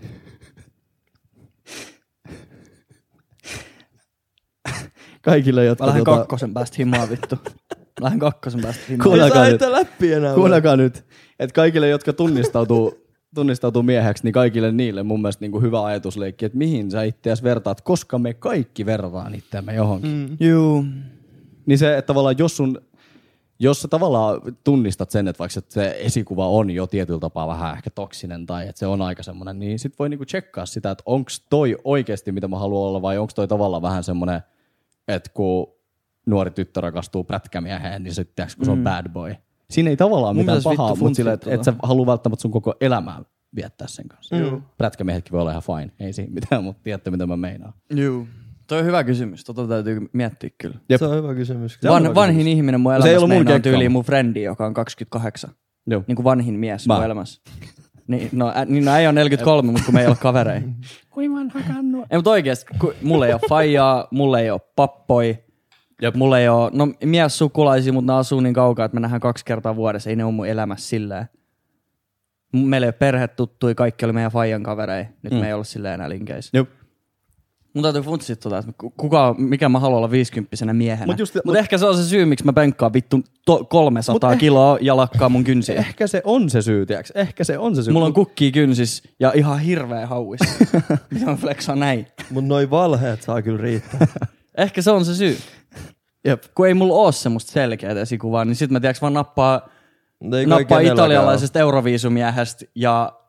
Kaikille, jotka... Mä lähden kakkosen päästä himaa vittu. Kuunnelkaa nyt. Läppi enää. Kuunnelkaa nyt. Että kaikille, jotka tunnistautuu mieheksi, niin kaikille niille mun mielestä niin kuin hyvä ajatusleikki, että mihin sä itseäsi vertaat, koska me kaikki verrataan itseämme johonkin. Juu. Niin se, että tavallaan jos sä tavallaan tunnistat sen, että vaikka se esikuva on jo tietyllä tapaa vähän ehkä toksinen tai että se on aika semmoinen, niin sit voi niinku tsekkaa sitä, että onko toi oikeasti mitä mä haluan olla vai onko toi tavallaan vähän semmoinen, että kun nuori tyttö rakastuu pätkämieheen, niin sitten kun se on bad boy. Siinä ei tavallaan mitään pahaa, mutta sillä, että et sä halua välttämättä sun koko elämää viettää sen kanssa. Prätkämiehetkin voi olla ihan fine, ei siinä mitään, mutta tiedätte mitä mä meinaan. Juu. Toi on hyvä kysymys, täytyy miettiä kyllä. Jep. Se on hyvä kysymys. Vanhin ihminen mun elämässä meinaa tyyliin mun frendi, joka on 28. Joo. Niin kuin vanhin mies mun elämässä. Niin, no ei ole 43, mutta kun me ei ole kavereita. Kuin vanha kannu. Ei, mutta oikeesti, mulla ei ole faijaa, mulla ei ole pappoi. Jep. Mulla ei ole, no mies sukulaisia, mutta ne asuu niin kaukaa, että me nähdään 2 kertaa vuodessa. Ei ne ole mun elämässä silleen. Meillä ei ole perhetuttui, kaikki oli meidän faijan kavereita. Nyt me ei ole silleen enää linkeissä. Jop. Mun täytyy funtsia että mikä mä haluan olla 50-vuotiaana miehenä. Mutta ehkä se on se syy, miksi mä penkkaan vittu 300 kiloa ja lakkaa mun kynsiä. Ehkä se on se syy, tiiäks? Ehkä se on se syy. Mulla on kukkii kynsis ja ihan hirveä hauis. Mitä mä flexaan näin. Mut noi valheet saa kyllä riittää. Ehkä se on se syy. Jep. Kun ei mulla oo semmoista selkeää esikuvaa, niin sit mä tiiäks vaan nappaa Italialaisesta italialaisesta euroviisumiehestä ja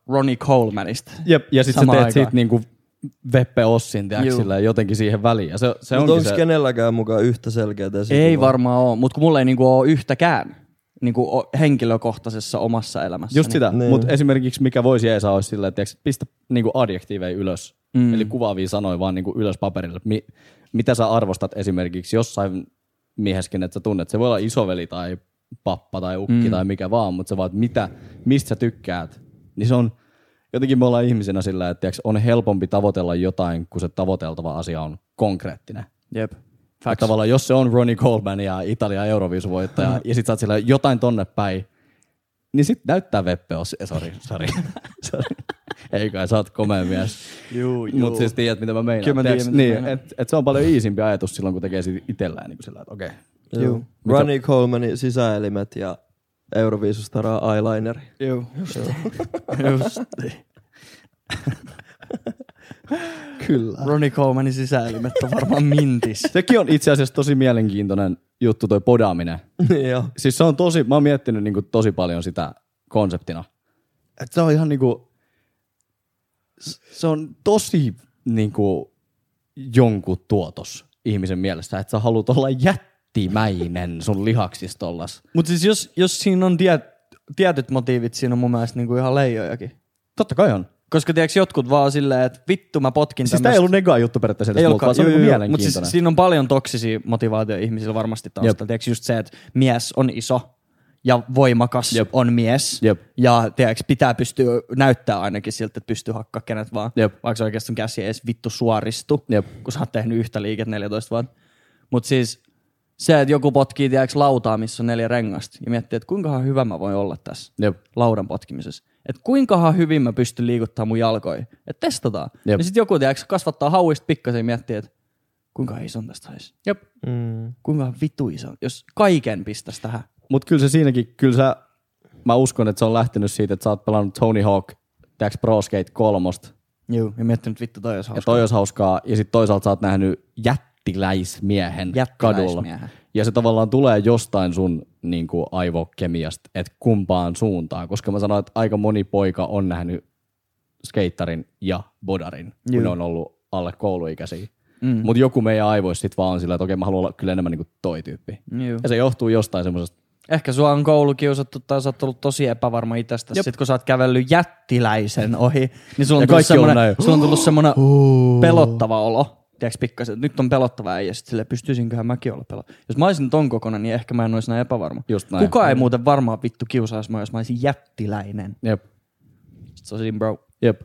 Ronnie Colemanista. Jep, ja sit sä Samaan teet aikaan. siitä niinku Veppe Ossin, tiedätkö, jotenkin siihen väliin. Ja se Mutta onkin onko se... kenelläkään mukaan yhtä selkeää Ei varmaan ole, mutta kun mulla ei niinku ole yhtäkään niinku henkilökohtaisessa omassa elämässä. Just sitä, Niin. mutta esimerkiksi mikä voisi jeesaa olisi silleen, että pistä niinku adjektiiveja ylös. Eli kuvaavia sanoja vaan niinku ylös paperille. Mitä sä arvostat esimerkiksi jossain miehessä, että sä tunnet. Se voi olla isoveli tai pappa tai ukki tai mikä vaan, mutta se vaan, että mistä sä tykkäät. Niin se on, jotenkin me ollaan ihmisenä sillä, että on helpompi tavoitella jotain, kun se tavoiteltava asia on konkreettinen. Jep. Ja tavallaan jos se on Ronnie Coleman ja Italian Euroviisuvoittaja ja sit sä oot sillä jotain tonne päin, niin sit näyttää Veppe Ossi. Sori. Ei kai, sä oot komea mies. Juu. Mut siis tiedät, mitä mä meinaan. Kyllä mä tiedän, mitä niin, meinaan. et se on paljon easimpi ajatus silloin, kun tekee siitä itsellään niin sillä, että okei. Joo. Ronnie Colemanin sisäelimet ja Euroviisustaraa eyelineri. Joo, just Kyllä. Ronnie Colemanin sisäelimet on varmaan mintis. Sekin on itse asiassa tosi mielenkiintoinen juttu, toi podaaminen. Joo. Siis se on tosi, mä oon miettinyt niinku tosi paljon sitä konseptina. Et se on ihan niinku, se on tosi niinku jonkun tuotos ihmisen mielestä, että sä haluat olla jättimäinen sun lihaksistollas. Mutta siis jos siinä on tietyt motiivit, siinä on mun mielestä niinku ihan leijojakin. Totta kai on. Koska tiedätkö jotkut vaan silleen, että vittu mä potkin Siis tää ei ollut nega juttu periaatteessa edes ei multa, vaan se on niinku mutta mielenkiintoinen. siis siinä on paljon toksisia motivaatioita ihmisillä varmasti taustalla. Tiedätkö just se, että mies on iso ja voimakas on mies. Jep. Ja tiedätkö, pitää pystyä näyttää ainakin siltä, että pystyy hakkaa kenet vaan. Jep. Vaikka oikeasti sun käsi ei edes vittu suoristu, Jep. kun sä oot tehnyt yhtä liiket 14 vuotta. Mutta siis se, että joku potkii tiedätkö lautaa, missä on 4 rengasta ja miettii, että kuinkahan hyvä mä voin olla tässä Jep. laudan potkimisessa. Että kuinkahan hyvin mä pystyn liikuttamaan mun jalkoja. Että testataan. Jep. Ja sitten joku tiedätkö, kasvattaa hauista pikkasen ja miettii, että kuinka iso tästä olisi. Jep. Kuinka vitu iso, jos kaiken pistäisi tähän. Mut kyllä se siinäkin, mä uskon, että se on lähtenyt siitä, että sä oot pelannut Tony Hawk, tiedätkö Pro Skate 3. Joo, ja miettinyt vittu toi olisi Ja hauskaa. toi olisi hauskaa. Ja sit toisaalta sä oot nähnyt jättiläismiehen kadulla. Ja se tavallaan tulee jostain sun niin kuin aivokemiasta, että kumpaan suuntaan. Koska mä sanoin, että aika moni poika on nähnyt skeittarin ja bodarin, kun ne on ollut alle kouluikäisiä. Mutta joku meidän aivoissa sit vaan on sillä, että okei, mä haluan olla kyllä enemmän niin kuin toi tyyppi. Joo. Ja se johtuu jostain semmosesta. Ehkä sua on koulukiusattu tai sä oot ollut tosi epävarma itsestä. Sitten kun sä oot kävellyt jättiläisen ohi, niin sulla on tullut semmoinen pelottava olo. Tiedätkö pikkasen, että nyt on pelottava äijä, sit silleen, pystyisinköhän mäkin olla pelottava. Jos mä olisin ton kokoinen, niin ehkä mä en olisi näin epävarma. Just näin. Kuka ei muuten varmaan vittu kiusaisi mä, jos mä olisin jättiläinen. Jep. So siinä bro. Jep.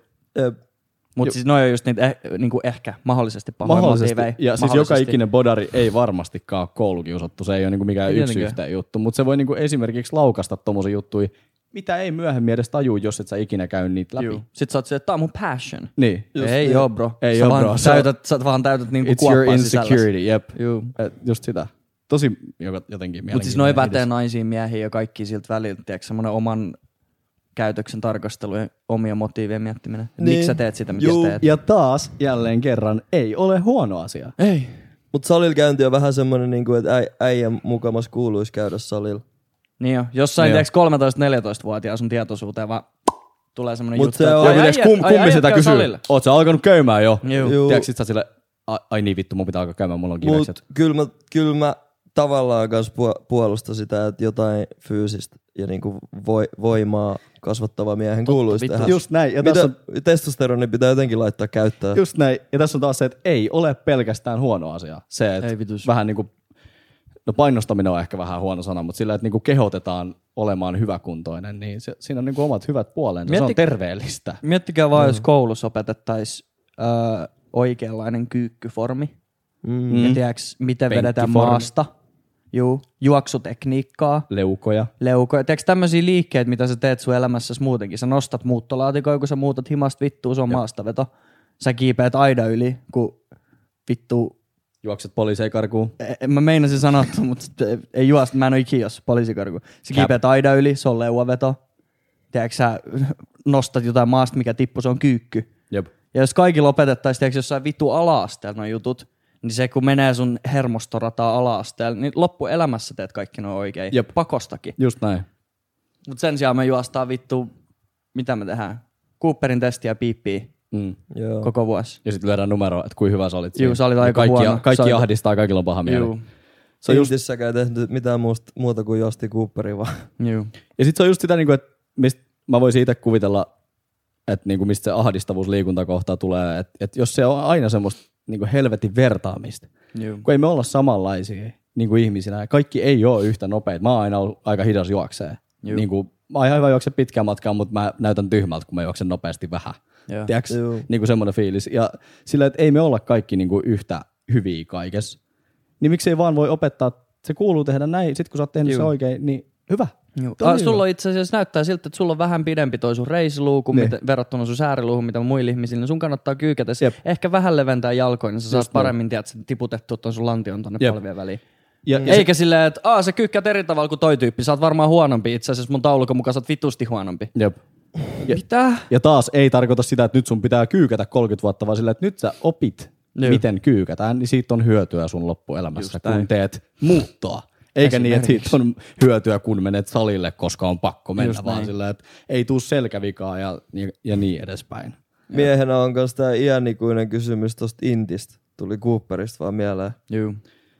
Mutta siis noi on just niitä niinku ehkä mahdollisesti pahoja motiiveja. Ja siis joka ikinen bodari ei varmastikaan ole koulukiusattu. Se ei ole niinku mikään yksi yhteen juttu. Mutta se voi niinku esimerkiksi laukasta tommosia juttuja, mitä ei myöhemmin edes tajuu, jos et sä ikinä käy niitä läpi. Juu. Sitten sä oot se, että tää on mun passion. Niin. Ei oo bro. Ei oo bro. Sä vaan täytät niinku It's your kuoppaa insecurity, sisälläsi. jep. Juu. Just sitä. Tosi jotenkin mielenkiintoinen. Mutta siis noi pätee naisiin, miehiin ja kaikki siltä väliltä. Tiedätkö, semmoinen oman käytöksen tarkastelu ja omia motiivien miettiminen. Niin. Miksi sä teet sitä, mitä sä teet? Ja taas, jälleen kerran, ei ole huono asia. Ei. Mut salilla käynti on vähän semmonen, niinku, että äijän mukamas kuuluisi käydä salilla. Niin jo. Jossain Joo. tiedätkö 13-14-vuotiaan sun tietoisuuteen vaan tulee semmoinen Mut juttu, se että on- ai, Joku tiiäks, kummi äijät sitä käy kysyy. salille. Oot sä alkanut käymään jo? Juu. Tiedätkö, sit sä sille, ai niin vittu, mun pitää alkaa käymään, mulla on kivekset. Mut kyllä mä tavallaan kans puolustan sitä, että jotain fyysistä ja niinku voimaa kasvattava miehen kuuluisi vittu. tehdä. Just näin. Ja Mitä tässä testosteroni pitää jotenkin laittaa käyttöön. Just näin. Ja tässä on taas se, että ei ole pelkästään huono asia. Se, että Ei vitus. vähän niinku, no painostaminen on ehkä vähän huono sana, mutta sillä, että niinku kehotetaan olemaan hyväkuntoinen, niin siinä on niinku omat hyvät puolensa. Se on terveellistä. Miettikää vaan, jos koulussa opetettaisiin oikeanlainen kyykkyformi. Ja tiedätkö, miten vedetään Penkkiformi. maasta. Juu. Juoksutekniikkaa. Leukoja. Leukoja. Tiedätkö tämmöisiä liikkeitä, mitä sä teet sun elämässäsi muutenkin? Sä nostat muuttolaatikoja, kun sä muutat himasta vittua, se on maastaveto. Sä kiipeät aida yli, kun vittu... Juokset poliisei karkuun. Mä meinasin sanoa, mutta ei juosta, mä en oo ikinä jos poliisikarku. Sä kiipeät aida yli, se on leuaveto. Tiedätkö sä nostat jotain maasta, mikä tippuu, se on kyykky. Jep. Ja jos kaikki lopetettaisiin, tiedätkö jossain vittu ala-asteella nuo jutut, niin se kun menee sun hermostorataa ala-asteella, niin loppuelämässä teet kaikki noin oikein. Jep. Pakostakin. Just näin. Mut sen sijaan me juostaan vittu, mitä me tehdään? Cooperin testiä piippii koko vuosi. Ja sitten lyödään numero, että kuin hyvä sä olit. Joo, sä olit aika huono. Kaikki ahdistaa, kaikilla on paha mieli. Se on Intissäkään ei tehty mitään muuta kuin josti Cooperia vaan. Joo. Ja sit se on just sitä, että mistä mä voisin itse kuvitella, että mistä se ahdistavuus liikuntakohtaa tulee. Että jos se on aina semmoista helvetin vertaamista, kun ei me olla samanlaisia ihmisinä. Kaikki ei ole yhtä nopeita. Mä oon aina ollut aika hidas juokseen. Mä oon aivan juokse pitkään matkaan, mutta mä näytän tyhmältä, kun mä juoksen nopeasti vähän. Tiedätkö? Semmoinen fiilis. Ja sillä, että ei me olla kaikki yhtä hyviä kaikessa. Niin miksei vaan voi opettaa, se kuuluu tehdä näin, sit kun sä oot tehnyt se oikein, niin hyvä. Sulla itse asiassa näyttää siltä, että sulla on vähän pidempi toi sun reisiluuku verrattuna sun sääriluuhun, mitä muilla ihmisillä. Niin sun kannattaa kyykätä. Ehkä vähän leventää jalkoin, niin sä saat paremmin tiputettua ton sun lantion tonne polvien väliin. Eikä silleen, että sä kyykkäät eri tavalla kuin toi tyyppi. Sä oot varmaan huonompi. Itse asiassa mun taulukon mukaan sä oot vitusti huonompi. Jep. Mitä? Ja taas ei tarkoita sitä, että nyt sun pitää kyykätä 30 vuotta, vaan sillä, että nyt sä opit, miten kyykätään, niin siitä on hyötyä sun loppuelämässä, kun teet muuttoa. Eikä niin, että siitä on hyötyä, kun menet salille, koska on pakko mennä, vaan sillä, että ei tuu selkävikaa ja niin edespäin. Miehenä on myös tämä iänikuinen kysymys tosta Intistä. Tuli Cooperista vaan mieleen. Joo.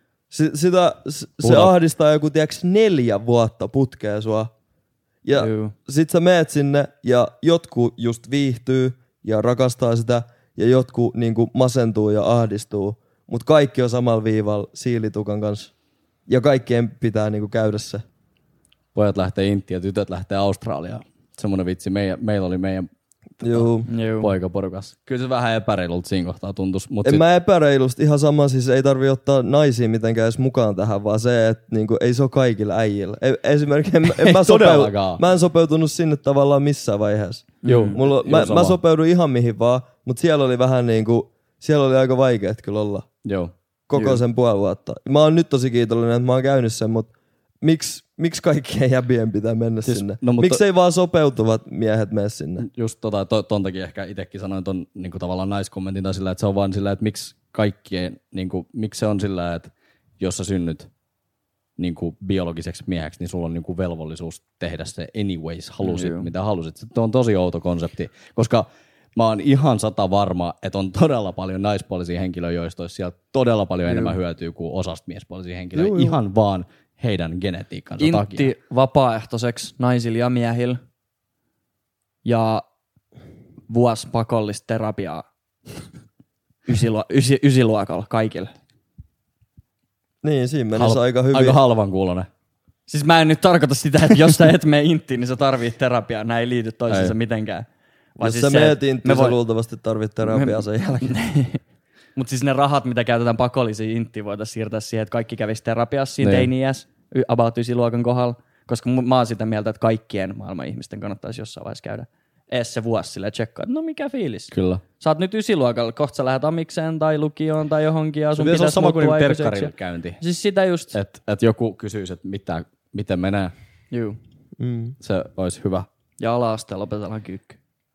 Se ahdistaa joku 4 vuotta putkea sua. Ja sit sä meet sinne ja jotkut just viihtyy ja rakastaa sitä ja jotkut masentuu ja ahdistuu. Mut kaikki on samalla viivalla siilitukan kanssa. Ja kaikkien pitää käydä se. Pojat lähtee Intiin ja tytöt lähtee Australiaan. Semmoinen vitsi. Meillä oli meidän poikaporukassa. Kyllä se vähän epäreilulta siinä kohtaa tuntuisi. Mä epäreilusti ihan sama, siis ei tarvi ottaa naisia mitenkään edes mukaan tähän, vaan se, että ei se ole kaikilla äijillä. Esimerkiksi mä en sopeutunut sinne tavallaan missään vaiheessa. Mä sopeudun ihan mihin vaan, mutta siellä oli vähän siellä oli aika vaikeet kyllä olla. Koko sen puoli vuotta. Mä oon nyt tosi kiitollinen, että mä oon käynyt sen, mutta miksi kaikkien jäbien pitää mennä sinne? Miksi ei vaan sopeutuvat miehet mene sinne? Just ton takia ehkä itsekin sanoin ton tavallaan naiskommentin tai sillä, että se on vaan sillä, että miksi kaikkien, miksi se on sillä, että jos sä synnyt biologiseksi mieheksi, niin sulla on velvollisuus tehdä se anyways, halusit mitä halusit. Se on tosi outo konsepti, koska mä oon ihan 100 varma, että on todella paljon naispuolisia henkilöitä, joista olisi siellä todella paljon enemmän hyötyä kuin osasta miespuolisia henkilöitä. Ihan vaan heidän genetiikkansa takia. Intti vapaaehtoiseksi naisilla ja miehillä. Ja vuosi pakollista terapiaa ysiluokalla kaikille. Niin, siinä menisi aika hyvin. Aika halvan kuulonen. Siis mä en nyt tarkoita sitä, että jos sä et mene Inttiin, niin sä tarvit terapiaa. Nämä ei liity toisiinsa mitenkään. Jos siis sä meet Inttiin, sä luultavasti tarvit terapiaa sen jälkeen. Mutta siis ne rahat, mitä käytetään pakollisiin Inttiin, voitaisiin siirtää siihen, että kaikki kävisi terapiassa siinä teini-iässä, about ysiluokan kohdalla. Koska mä oon sitä mieltä, että kaikkien maailman ihmisten kannattaisi jossain vaiheessa käydä ees se vuosi silleen tsekkaa, että no mikä fiilis. Kyllä. Sä oot nyt ysiluokalla, kohta sä lähdet amikseen tai lukioon tai johonkin. Ja sun se on sama kuin terkkarilla käynti. Siis sitä just. Että joku kysyisi, että miten menee. Juu. Se olisi hyvä. Ja ala-asteella opetellaan kyykky.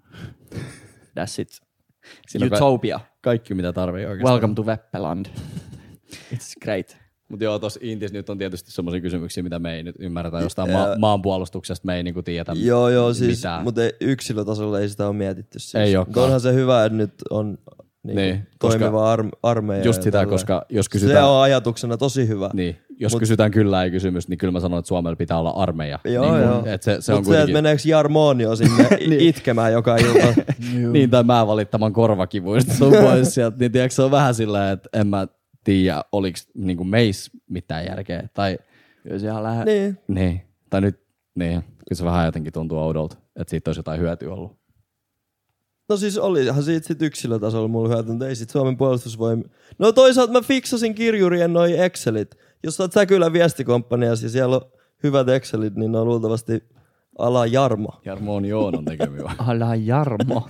That's it. Utopia. Kaikki mitä tarvii oikeastaan. Welcome to Weppeland. It's great. Mutta joo, tuossa Intis nyt on tietysti semmoisia kysymyksiä, mitä me ei nyt ymmärretä jostain maanpuolustuksesta, me ei tiedetä Joo, siis, mutta yksilötasolla ei sitä ole mietitty. Siis. Ei olekaan. Onhan se hyvä, että nyt on toimiva armeija. Just sitä, koska jos kysytään... Se on ajatuksena tosi hyvä. Niin, jos kysytään kyllä ei kysymys, niin kyllä mä sanon, että Suomella pitää olla armeija. Joo. Se on kuitenkin... että meneekö Jarmonio sinne itkemään joka ilta? Niin, tai mä valittamaan korvakivuista sun pois sieltä, niin tiedätkö, se on vähän sillä, että en mä tiedä, oliko meissä mitään järkeä. Tai... Kyllä se ihan lähde. Niin. Tai nyt, kyllä se vähän jotenkin tuntuu oudolta, että siitä olisi jotain hyötyä ollut. No siis olihan siitä sit yksilötasolla mulla hyötyä, mutta ei sit Suomen puolustusvoimia. No toisaalta mä fiksasin kirjurien noi Excelit. Jos sä oot Säkylän viestikomppanias ja siellä on hyvät Excelit, niin ne on luultavasti ala Jarmo. Jarmo on Joonon tekemiä. Ala Jarmo.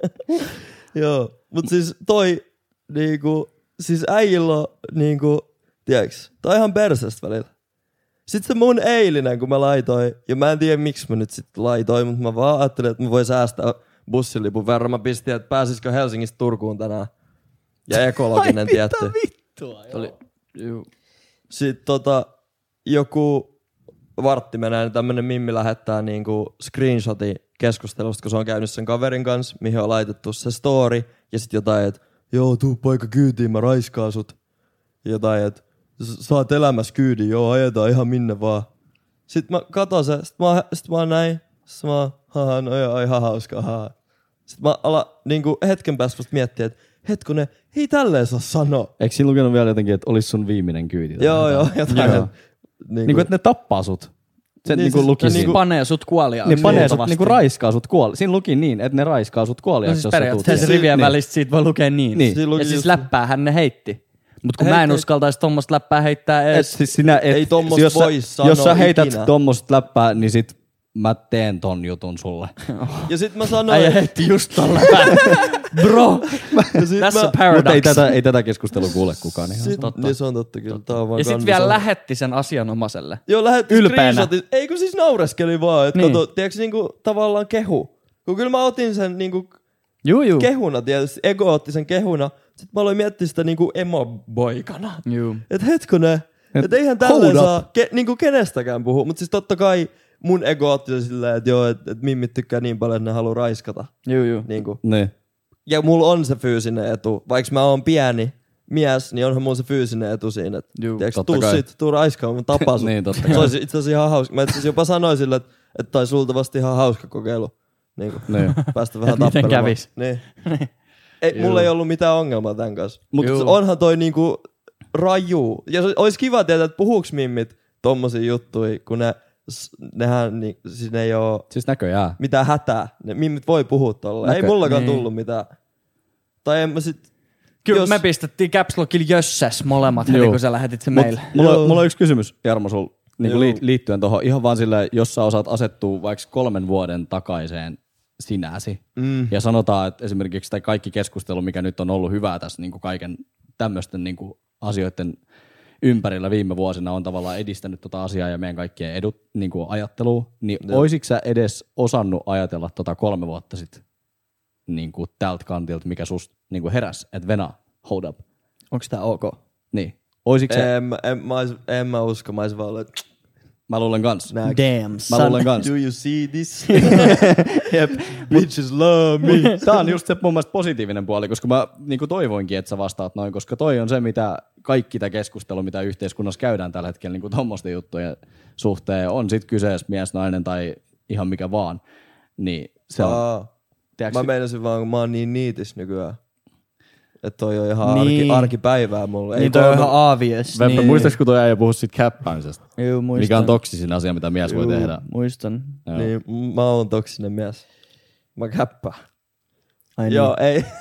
Joo, mut siis toi siis äijillä on tiedäks, toi on ihan persestä välillä. Sitten se mun eilinen, kun mä laitoin, ja mä en tiedä miksi mä nyt sit laitoin, mutta mä vaan ajattelin, että mä voin säästää bussilipun verran. Mä pistin, että pääsisikö Helsingistä Turkuun tänään. Ja ekologinen tietty. Mitä vittua, Sitten joku vartti menee, niin tämmönen mimmi lähettää niinku screenshotin keskustelusta, kun se on käynyt sen kaverin kanssa, mihin on laitettu se story, ja sit jotain, että joo, tuu poika kyytiin, mä raiskaan sut. Jotain, että saat elämässä kyydin, joo, ajetaan ihan minne vaan. Sitten mä katon se, sit mä oon näin, sit mä oon, haha, no joo, ihan hauska, haha. Sitten mä alan niinku hetken päästä vasta miettiä, että hetkonen, ei tälleen saa sanoa. Eikö siinä lukenut vielä jotenkin, että olis sun viimeinen kyyti? Joo, jotain. Joo. Niinku, että ne tappaa sut. Se niinku siis, luki Niin panee sut kuoliaaksi. Ne panee sut, niinku raiskaa sut kuoliaaksi. Siinä luki niin, että ne raiskaa sut kuoliaaksi. No siis periaatteessa rivien välistä siitä voi lukea niin. Ja siis läppäähän ne heitti. Mut kun mä en uskaltaisi tommoista läppää heittää edes. Siis sinä ei tommoista voi sanoa jos sä heität ikinä tommoista läppää, niin sit mä teen ton jutun sulle. Ja sit mä sanoin... Äijä heitti just ton läpän. Bro, that's a paradox. Mutta ei tätä keskustelua kuule kukaan. Niin se on totta kyllä. Ja sit vielä lähetti sen asianomaiselle. Joo, lähetti ylpeänä. screenshotin. Ei kun siis naureskeli vaan, että kato, tiedätkö niinku tavallaan kehu. Kun kyllä mä otin sen niinku kehuna tietysti, Ego otti sen kehuna. Sit mä aloin miettiä sitä niinku emo-boikana. Et hetkonen, et eihän tälleen saa niinku kenestäkään puhua. Mut siis totta kai mun ego otti se silleen, että joo, et mimmit tykkää niin paljon, että ne haluu raiskata. Niinku. Ne. Ja mulla on se fyysinen etu. Vaikka mä oon pieni mies, niin onhan mulla se fyysinen etu siinä. Tiedätkö, tuu raiskaan, mä tapaan sut. Niin, totta se olisi itse asiassa ihan hauska. Mä itse asiassa jopa sanoin sille, että taisi luultavasti ihan hauska kokeilu. Niinku, päästä vähän tappelemaan. Miten kävis? Niin. Mulla ei ollut mitään ongelmaa tämän kanssa. Mutta onhan toi niinku raju. Ja olisi kiva tietää, että puhuuks mimmit tommosia juttuja, kun nehän siis ne ei oo siis näköjään mitään hätää. Ne mimmit voi puhua tolla. Ei mullakaan tullut mitään. Tai en mä sit... Kyllä me pistettiin Caps Lockilla jössäs molemmat heti, kun sä lähetit sen meille. Mulla on yksi kysymys, Jarmo, sul niinku liittyen tohon. Ihan vaan silleen, jos sä osaat asettua vaikka 3 vuoden takaiseen sinäsi. Ja sanotaan, että esimerkiksi tai kaikki keskustelu, mikä nyt on ollut hyvää tässä niinku kaiken tämmöisten niinku asioiden ympärillä viime vuosina on tavallaan edistänyt tota asiaa ja meidän kaikkien edut niinku ajattelua, niin oisitko sä edes osannut ajatella 3 vuotta sitten niinku tältä kantilta, mikä susta niinku heräs, että Vena, hold up. Onks tää ok? Niin. Oisitko sä... En mä usko, mä oisin vaan ollut, mä luulen kans. Damn, son. Mä luulen kans. Do you see this? Yep. Bitches love me. Tää on just se mun mielestä positiivinen puoli, koska mä niinku toivoinkin, että sä vastaat noin, koska toi on se, mitä kaikki tää keskustelu, mitä yhteiskunnassa käydään tällä hetkellä niinku tommosten juttujen suhteen, on sit kyseessä mies, nainen tai ihan mikä vaan, niin se on... Mä meinasin vaan, kun mä oon niin niitis nykyään. Että toi on ihan arkipäivää mulle. Niin toi on ihan aavies. Niin. Muistatko, kun toi äijä puhui siitä käppäämisestä? Joo, muistan. Mikä on toksisin asia, mitä mies voi tehdä? Muistan. Joo. Niin, mä oon toksinen mies. Mä käppään. Ai joo, niin. Ei.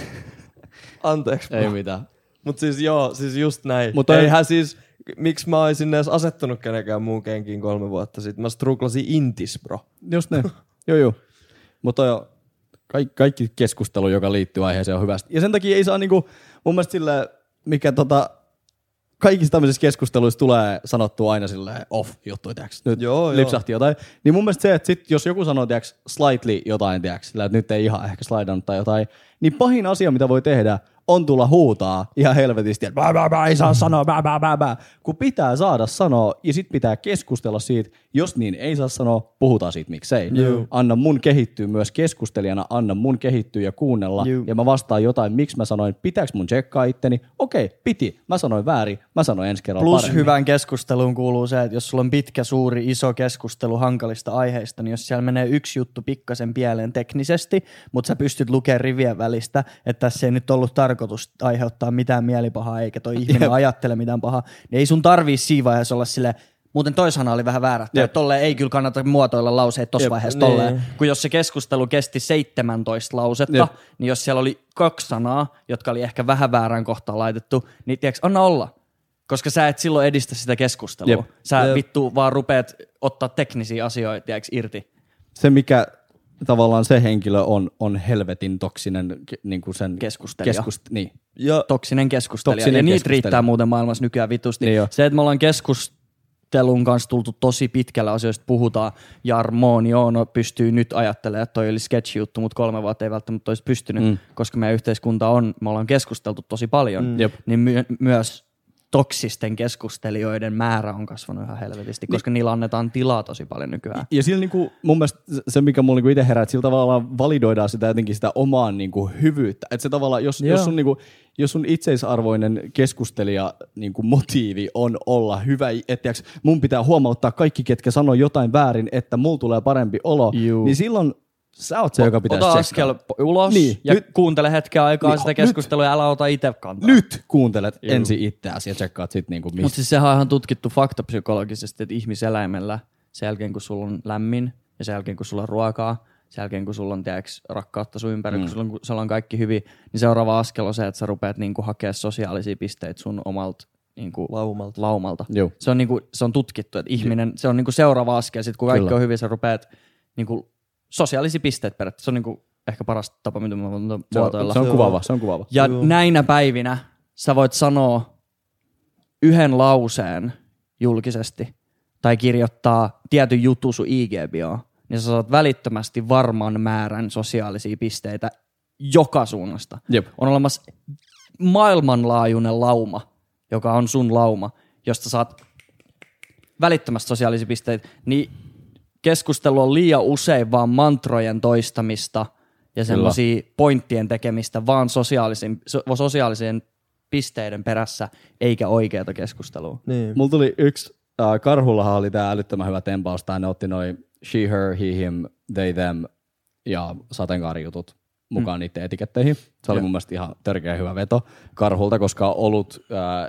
Anteeksi. Ei mitään. Mut siis joo, siis just näin. Mutta eihän siis, miksi mä oisin edes asettunut kenenkään muun kenkiin 3 vuotta sitten. Mä struklasin intis, bro. Just näin. joo. Mutta joo. Kaikki keskustelu, joka liittyy aiheeseen, on hyvästi. Ja sen takia ei saa niinku, mun mielestä silleen, mikä kaikissa tämmöisissä keskusteluissa tulee sanottua aina silleen off-juttuja, tiiäks. Nyt lipsahti jotain. Niin mun mielestä se, että sit, jos joku sanoo, tiiäks, slightly jotain, tiiäks, sillä, että nyt ei ihan ehkä slidannut tai jotain, niin pahin asia, mitä voi tehdä, on tulla huutaa ihan helvetisti, että ei saa sanoa, kun pitää saada sanoa ja sit pitää keskustella siitä, jos niin ei saa sanoa, puhutaan siitä miksei. Anna mun kehittyä myös keskustelijana, anna mun kehittyä ja kuunnella ja mä vastaan jotain, miksi mä sanoin, pitääks mun tsekkaa itteni, okei, piti, mä sanoin väärin, mä sanoin ensi kerralla plus paremmin. Hyvään keskusteluun kuuluu se, että jos sulla on pitkä, suuri, iso keskustelu hankalista aiheista, niin jos siellä menee yksi juttu pikkasen pieleen teknisesti, mutta sä pystyt lukemaan rivien välistä, että tässä ei nyt ollut tarkoitus aiheuttaa mitään mielipahaa, eikä toi ihminen ajattele mitään pahaa, niin ei sun tarvii siinä vaiheessa olla silleen, muuten toi sana oli vähän väärä, tai tolleen ei kyllä kannata muotoilla lauseet tossa vaiheessa tolleen, kun jos se keskustelu kesti 17 lausetta, niin jos siellä oli 2 sanaa, jotka oli ehkä vähän väärään kohtaan laitettu, niin tiiäks, anna olla. Koska sä et silloin edistä sitä keskustelua. Sä vittu vaan rupeat ottaa teknisiä asioita tiiäks, irti. Se mikä tavallaan se henkilö on helvetin toksinen niinku sen keskustelija. Niin. Ja toksinen keskustelija. Ja niitä riittää muuten maailmassa nykyään vitusti. Niin se, että me ollaan keskustelun kanssa tultu tosi pitkällä asioista puhutaan. Jarmo, pystyy nyt ajattelemaan, että toi oli sketch-juttu, mutta 3 vuotta ei välttämättä olisi pystynyt, koska meidän yhteiskunta me ollaan keskusteltu tosi paljon. Niin myös toksisten keskustelijoiden määrä on kasvanut ihan helvetisti, koska niillä annetaan tilaa tosi paljon nykyään. Ja sillä niinku, mun mielestä se, mikä mulla niinku itse herää, että sillä tavallaan validoidaan sitä jotenkin sitä omaa niinku hyvyyttä. Että se tavallaan, jos sun itseisarvoinen keskustelija niinku motiivi on olla hyvä, että mun pitää huomauttaa kaikki, ketkä sanoo jotain väärin, että mulla tulee parempi olo, niin silloin sä oot se, joka pitäisi ota askel ulos ja kuuntele hetken aikaa sitä keskustelua ja älä ota itse kantaa. Nyt kuuntelet ensin itseäsi ja tsekkaat sit niinku mistä. Mutta siis sehän on ihan tutkittu fakta psykologisesti, että ihmiseläimellä sen jälkeen kun sulla on lämmin ja sen jälkeen kun sulla on ruokaa, sen jälkeen kun sulla on rakkautta sun ympärillä, kun sulla on kaikki hyvin, niin seuraava askel on se, että sä rupeat niinku hakemaan sosiaalisia pisteitä sun omalta niinku laumalta. Se on tutkittu, että ihminen, se on niinku seuraava askel, sit kun kaikki on hyvin, sä rupeat niinku sosiaalisia pisteitä periaatteessa. Se on niinku ehkä paras tapa, mitä mä voin muotoilla. Se on kuvaava. Ja näinä päivinä sä voit sanoa yhden lauseen julkisesti tai kirjoittaa tietyn jutun sun IG-bioon, niin sä saat välittömästi varman määrän sosiaalisia pisteitä joka suunnasta. Jep. On olemassa maailmanlaajuinen lauma, joka on sun lauma, josta saat välittömästi sosiaalisia pisteitä, niin keskustelu on liian usein vaan mantrojen toistamista ja semmoisia pointtien tekemistä vaan sosiaalisen pisteiden perässä, eikä oikeata keskustelua. Niin. Mulla tuli yksi, Karhullahan oli tää älyttömän hyvä tempaus, ne otti noi she, her, he, him, they, them ja sateenkaarijutut mukaan niiden etiketteihin. Se oli mun mielestä ihan törkeä hyvä veto Karhulta, koska olut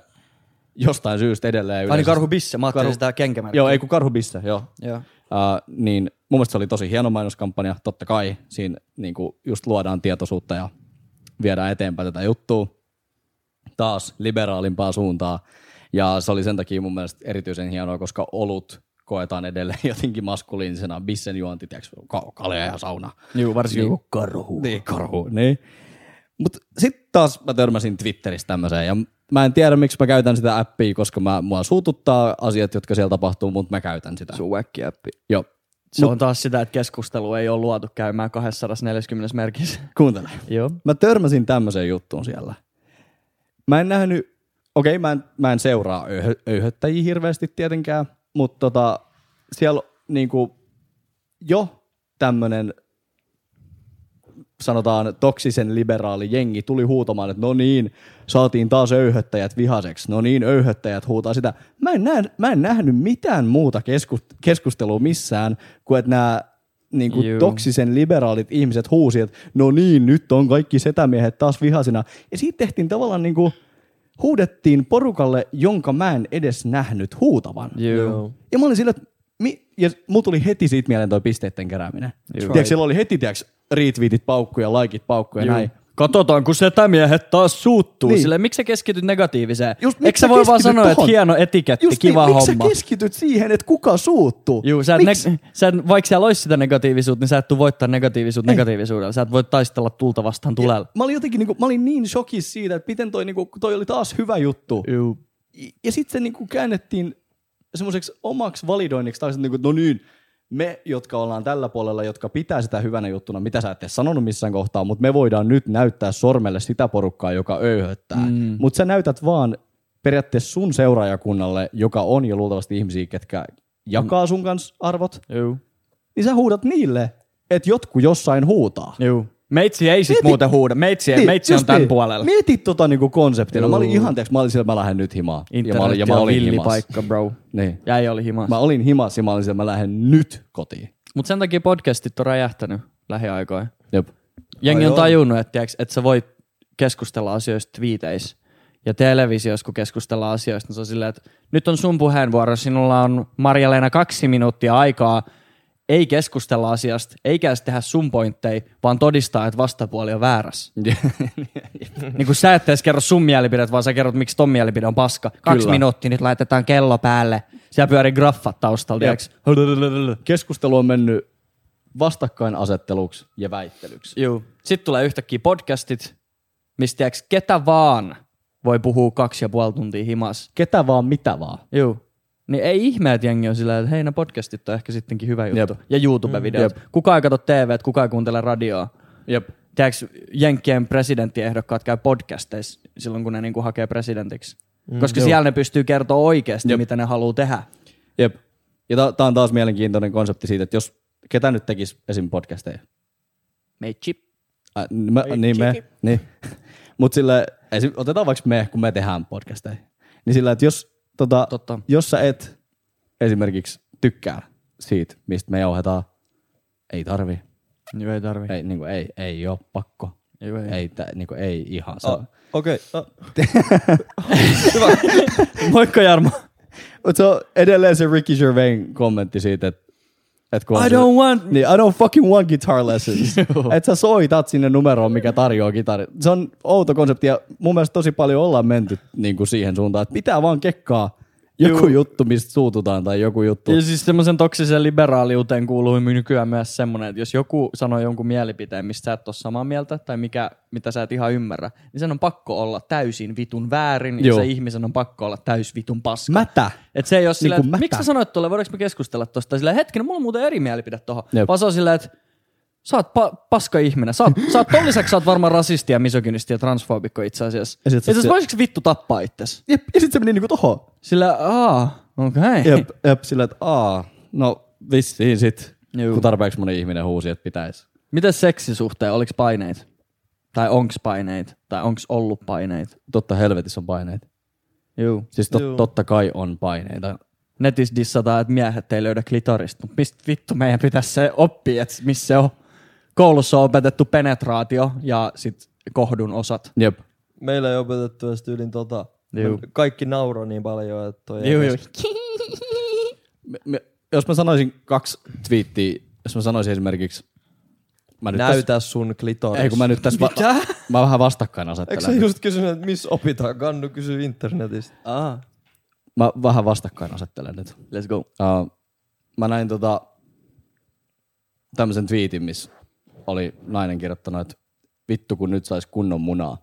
jostain syystä edelleen yleensä. Karhu Bisse, mä ajattelin sitä kenkämärkkiä. Joo, ei kun Karhu Bisse, joo. Niin mun mielestä se oli tosi hieno mainoskampanja. Totta kai siinä niinku just luodaan tietoisuutta ja viedään eteenpäin tätä juttua taas liberaalimpaa suuntaan. Ja se oli sen takia mun mielestä erityisen hienoa, koska olut koetaan edelleen jotenkin maskuliinisena bissen juonti, kalja ja sauna. Joo, varsinkin niin, karhu. Niin, karhu. Niin. Mutta sitten taas mä törmäsin Twitterissä tämmöiseen ja mä en tiedä, miksi mä käytän sitä appia, koska mua suututtaa asiat, jotka siellä tapahtuu, mutta mä käytän sitä. Sun whack-appi. Joo. Se on taas sitä, että keskustelu ei ole luotu käymään 240 merkissä. Kuuntele. Joo. Mä törmäsin tämmöiseen juttuun siellä. Mä en nähnyt, mä en seuraa öyhöttäjiä hirveästi tietenkään, mutta siellä niinku jo tämmönen sanotaan toksisen liberaali jengi tuli huutamaan, että no niin, saatiin taas öyhöttäjät vihaseksi. No niin, öyhöttäjät huutaa sitä. Mä en nähnyt mitään muuta keskustelua missään, kuin että nämä niinku toksisen liberaalit ihmiset huusi, että no niin, nyt on kaikki setämiehet taas vihasina. Ja siitä tehtiin tavallaan niinku, huudettiin porukalle, jonka mä en edes nähnyt huutavan. Ja mä olin sillä, että ja mulla tuli heti siitä mieleen toi pisteiden kerääminen. Tiedätkö, siellä oli heti, retweetit paukkuja, laikit paukkuja ja näin. Katsotaan, kun setämiehet taas suuttuu. Niin. Silleen, miksi sä keskityt negatiiviseen? Eikö sä voi vaan sanoa, että hieno etiketti, kiva homma? Miksi sä keskityt siihen, että kuka suuttuu? Juu, vaikka siellä olisi sitä negatiivisuutta, niin sä et tule voittaa negatiivisuudella. Sä et voi taistella tulta vastaan tulella. Mä olin niin shokissa siitä, että miten toi oli taas hyvä juttu. Juu. Ja sitten se käännettiin semmoiseksi omaksi validoinniksi, taas, että no niin, me, jotka ollaan tällä puolella, jotka pitää sitä hyvänä juttuna, mitä sä et edes sanonut missään kohtaa, mutta me voidaan nyt näyttää sormelle sitä porukkaa, joka öyhöttää. Mutta sä näytät vaan periaatteessa sun seuraajakunnalle, joka on jo luultavasti ihmisiä, ketkä jakaa sun kanssa arvot, niin sä huudat niille, että jotkut jossain huutaa. Meitsi ei sit muuten huuda. Meitsi on tämän puolella. Mietit konseptina. Mä olin ihan, mä lähden nyt himaan. Internet on villipaikka, bro. Niin. Ja ei oli himas. Mä olin himas ja mä lähden nyt kotiin. Mut sen takia podcastit on räjähtänyt lähiaikoina. Jep. Jengi on tajunnut, että sä voit keskustella asioista twiiteissä. Ja televisiossa, kun keskustellaan asioista, niin se on silleen, että nyt on sun puheenvuoro. Sinulla on, Marja-Leena, 2 minuuttia aikaa. Ei keskustella asiasta, eikä edes tehdä sun pointteja, vaan todistaa, että vastapuoli on väärässä. Niin kuin sä et edes kerro sun mielipidet, vaan sä kerrot, miksi ton mielipide on paska. 2 minuuttia, nyt laitetaan kello päälle. Siellä pyörii graffat taustalla. Keskustelu on mennyt vastakkainasetteluksi ja väittelyksi. Joo. Sitten tulee yhtäkkiä podcastit, mistä ketä vaan voi puhua 2,5 tuntia himas. Ketä vaan, mitä vaan. Joo. Niin ei ihme, että jengi on sillä, että hei, nämä podcastit on ehkä sittenkin hyvä juttu. Ja YouTube-videot. Kuka ei katso TV:tä, kuka ei kuuntele radioa. Tiedätkö, jenkkien presidenttiehdokkaat käy podcasteissa silloin, kun ne niinku hakee presidentiksi. Koska siellä ne pystyy kertoa oikeasti, mitä ne haluaa tehdä. Jep. Ja tää on taas mielenkiintoinen konsepti siitä, että jos ketä nyt tekisi esim. Podcasteja. Meitsi. Niin. Mut sille, otetaan vaikka me, kun me tehdään podcasteja. Niin sillä, että jos sä et esimerkiksi tykkää siitä, mistä me jauhetaan, ei tarvii. Joo, ei tarvii. Ei oo pakko. Joo, Ei ihan. Okei. Moikka Jarmo. Mutta se on edelleen se Ricky Gervain kommentti siitä, että I don't fucking want guitar lessons. Että sä soitat sinne numeroon, mikä tarjoaa kitarit. Se on outo konsepti ja mun mielestä tosi paljon ollaan menty niin kuin siihen suuntaan, että pitää vaan kekkaa joku juttu, mistä suututaan tai joku juttu. Ja siis semmoisen toksisen liberaaliuteen kuuluu nykyään myös semmoinen, että jos joku sanoo jonkun mielipiteen, mistä sä et ole samaa mieltä tai mitä sä et ihan ymmärrä, niin sen on pakko olla täysin vitun väärin ja se ihmisen on pakko olla täys vitun paska. Mätä. Että se ei ole silleen, että miksi sä sanoit tuolle, voidaanko me keskustella tosta? Silleen, hetkinen, mulla on muuten eri mielipide tohon. Vaan se on silleen, että sä oot paska ihminen. Sä oot ton lisäksi sä oot varmaan rasisti ja misogynisti ja transfoobikko itse asiassa. Voisitko vittu tappaa itses? Jep, ja sit se meni niinku tohon. Sillä, okei. Jep, sillä, että no vissiin sit, kun tarpeeksi moni ihminen huusi, että pitäisi. Miten seksisuhteen, oliks paineita? Tai onks paineita? Tai onks ollut paineita? Totta helvetissä on paineita. Juu. Siis totta kai on paineita. Netissä dissataan, että miehet ei löydä klitorista, mutta mistä vittu meidän pitäisi se oppia, että missä se on? Koulussa on opetettu penetraatio ja sit kohdun osat. Jep. Meillä ei opetettu edes tyylin Kaikki nauroi niin paljon, että toi jos mä sanoisin 2 twiittiä, jos mä sanoisin esimerkiksi... Näytä sun klitoris. Ei kun mä nyt tässä... mä vähän vastakkain asettelen. Eikö sä just kysynyt, että missä opitaan? Kannu kysyy internetistä. Mä vähän vastakkain asettelen nyt. Let's go. Mä näin tämmösen twiitin, missä oli nainen kirjoittanut, että vittu kun nyt sais kunnon munaa.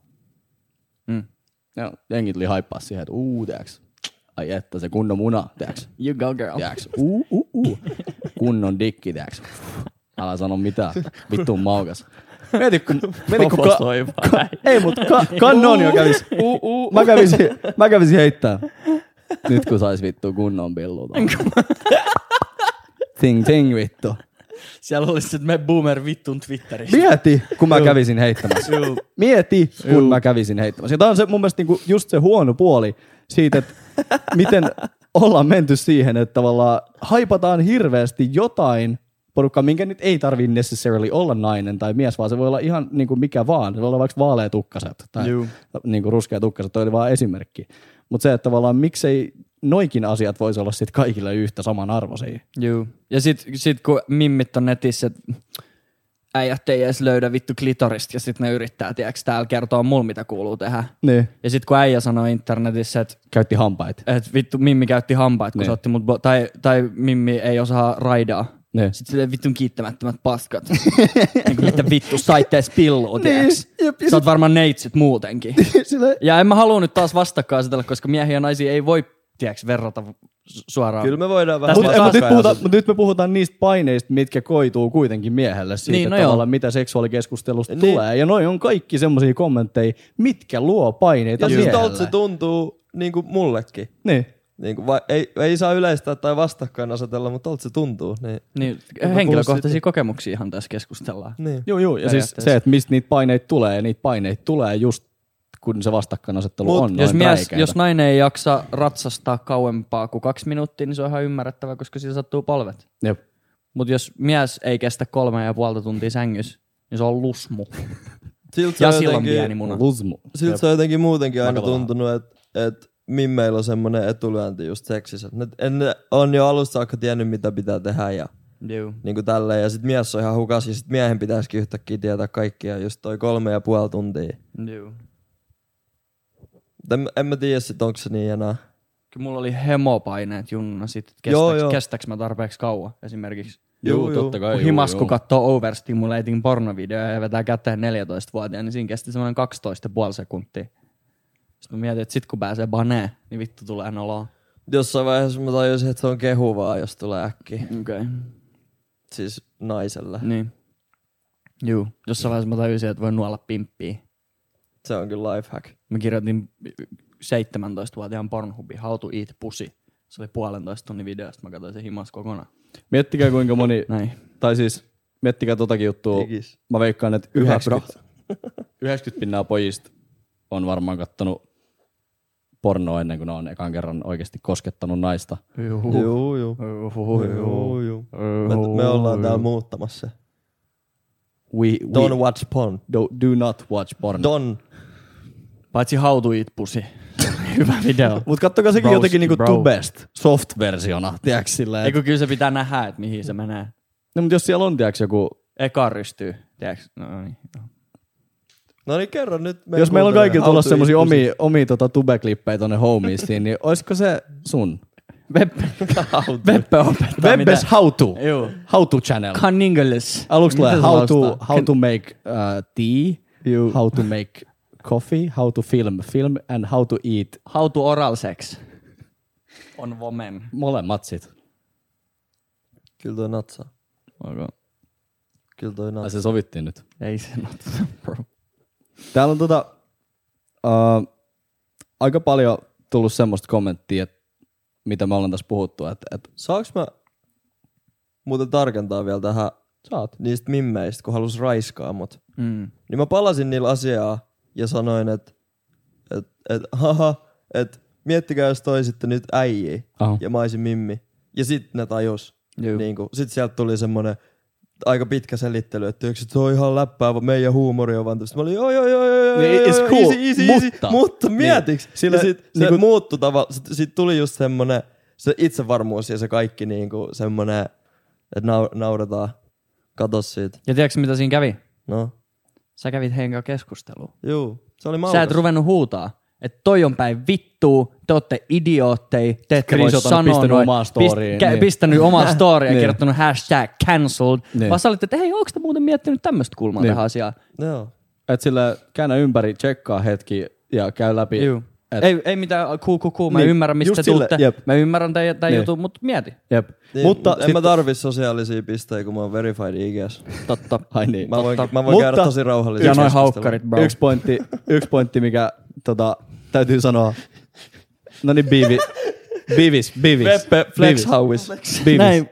Ja jengit oli haippaa siihen, että teaks. Ai että se kunnon muna, teaks. You go girl. Teaks. Kunnon dikki, teaks. Älä sano mitään. Vittuun maukas. Mieti kun ei mut Kannonio kävis. Mä kävisin heittää. Nyt kun sais vittu kunnon pilluta. Ting vittu. Siellä olisi sitten me boomer vittun Twitterissä. Mieti, kun mä kävisin heittämässä. Mieti, kun mä kävisin heittämässä. Ja tää on se mun mielestä niinku just se huono puoli siitä, että miten ollaan menty siihen, että tavallaan haipataan hirveästi jotain porukkaa, minkä nyt ei tarvii necessarily olla nainen tai mies, vaan se voi olla ihan niinku mikä vaan. Se voi olla vaikka vaaleatukkaset tai niinku ruskeatukkaset, toi oli vaan esimerkki. Mutta se, että tavallaan miksei noikin asiat voisi olla sit kaikille yhtä samanarvoisia. Joo. Ja sit kun mimmit on netissä, että äijät ei edes löydä vittu klitorista ja sit ne yrittää, tiedäks, täällä kertoa mulle, mitä kuuluu tehdä. Niin. Ja sit kun äijä sanoi internetissä, että käytti hampaita. Että vittu mimmi käytti hampaita, kun se otti mut, tai mimmi ei osaa raidaa. Niin. Sitten silleen vittun kiittämättömät paskat. Niinku mitä vittu sait ees pillua, tiiäks. Sä oot varmaan neitsit muutenkin. Ja en mä halua nyt taas vastakkain asetella, koska miehiä ja naisia ei voi, tiiäks, verrata suoraan. Kyllä me voidaan vähän Mutta nyt me puhutaan niistä paineista, mitkä koituu kuitenkin miehelle siitä, niin, tavallaan mitä seksuaalikeskustelusta tulee. Ja noi on kaikki semmosia kommentteja, mitkä luo paineita miehelle. Ja siis se tuntuu niinku mullekin. Niin. Niinku, ei saa yleistää tai vastakkain asetella, mutta se tuntuu. Niin henkilökohtaisia kokemuksia ihan tässä keskustellaan. Niin. Joo. Ja siis se, että mistä niitä paineita tulee, ja niitä paineita tulee just kun se vastakkainasettelu on noin jos nainen ei jaksa ratsastaa kauempaa kuin 2 minuuttia, niin se on ihan ymmärrettävää, koska sillä sattuu polvet. Jep. Mutta jos mies ei kestä 3,5 tuntia sängyssä, niin se on lusmu. Ja silloin pieni muna. Lusmu. Siltä se on jotenkin muutenkin aina tuntunut, että mimmeillä on semmoinen etulyönti just seksissä. Ne on jo alusta saakka tiennyt, mitä pitää tehdä ja niin kuin tälleen. Ja sit mies on ihan hukas ja sit miehen pitäisikin yhtäkkiä tietää kaikkia just toi 3,5 tuntia. Joo. En mä tiedä sit onko se niin enää. Kyllä mulla oli hemopaineet junnuna sit, kestääks mä tarpeeksi kauan esimerkiksi. Joo, totta kai. Kun himas, kun katsoo overstimulating pornovideoja ja vetää käteen 14-vuotiaan, niin siinä kesti semmoinen 12,5 sekuntia. Sitten mä mietin, että sit kun pääsee baneen, niin vittu tulee noloa. Jossain vaiheessa mä tajusin, että se on kehuvaa, jos tulee äkkiä. Okei. Siis naiselle. Niin. Juu. Jossain vaiheessa mä tajusin, että voi nuolla pimppiä. Se on kyllä lifehack. Mä kirjoitin 17-vuotiaan Pornhubi, How to Eat Pussy. Se oli 1,5 tunnin videosta, mä katsoin sen himas kokonaan. Miettikää kuinka moni, Näin. tai siis miettikää totakin juttua. Digis. Mä veikkaan, että 90% pojista on varmaan kattonut pornoa ennen kuin ne on ekan kerran oikeasti koskettanut naista. Juu. Me ollaan täällä muuttamassa se. Don't watch porn. Do not watch porn. Don't. Paitsi How to Eat Pussy. Hyvä video. Mut kattokaa sekin Broski, jotenkin niinku bro. Tubest soft-versiona, tiiäks silleen. Eikö kyllä se pitää nähdä, että mihin se menee. No mut jos siellä on tiiäks joku... Eka rystyy, tiedäks? No niin. No niin, kerro nyt. Jos meillä on kaikilla tulossa semmosia omia tube-klippejä tonne homiesiin, niin oisko se sun? Veppe opettaa Webbes How to. Joo. How to channel. Cunningless. Aluksi tulee how to make tea, how to make coffee, how to film and how to eat. How to oral sex. On women. Molemmat sit. Kyllä toi natsaa. Okay. Kyllä toi natsaa. Se sovittiin nyt. Ei se natsaa, bro. Täällä on aika paljon tullut semmoista kommenttia, mitä me ollaan tässä puhuttu. Saanko mä muuten tarkentaa vielä tähän Saat. niistä mimmeistä, kun halus raiskaa mut. Niin mä palasin niillä asiaa ja sanoin, että miettikää jos toisitte nyt äijii ja mä olisin mimmi. Ja sit ne tajus. Niinku, sit sieltä tuli semmonen aika pitkä selittely, että se on ihan läppää, meidän huumori on vaan tästä. Mä olin joo, it's cool, easy. Mutta mietiks? Sillä, ja sit se niinku, muuttui tavallaan, sit tuli just semmonen se itsevarmuus ja se kaikki niinku semmonen, että nauretaan. Kato siitä. Ja tiedätkö mitä siinä kävi? No. Sä kävit heidän kanssa keskustelua. Juu, se oli maukas. Sä et ruvennut huutaa, että toi on päin vittuu, te ootte idiootteja, te ette voi sanoa pistänyt noin. omaa storyin. Pistänyt omaa storya ja Niin. kirjoittanut #cancelled. Niin. Vaan sä olitte, että hei, onko te muuten miettinyt tämmöistä kulmaa Niin. tähän asiaan? Joo. että sillä käännä ympäri, tsekkaa hetki ja käy läpi. Juu. Ei mitään, cool. Mä Niin, ymmärrän, mistä just te sille, tuutte. jep. Mä ymmärrän tämän Niin. jutun, mutta mieti. Jep. Niin, mutta en mä tarvi sosiaalisia pisteitä, kun mä oon verified IGS. Totta. Ai niin. Mä voin käydä tosi rauhallisesti. Ja noin keskustelua. haukkarit, bro. Yksi pointti, mikä täytyy sanoa. No niin, Beavis. Veppe Flex Hauis. Näin.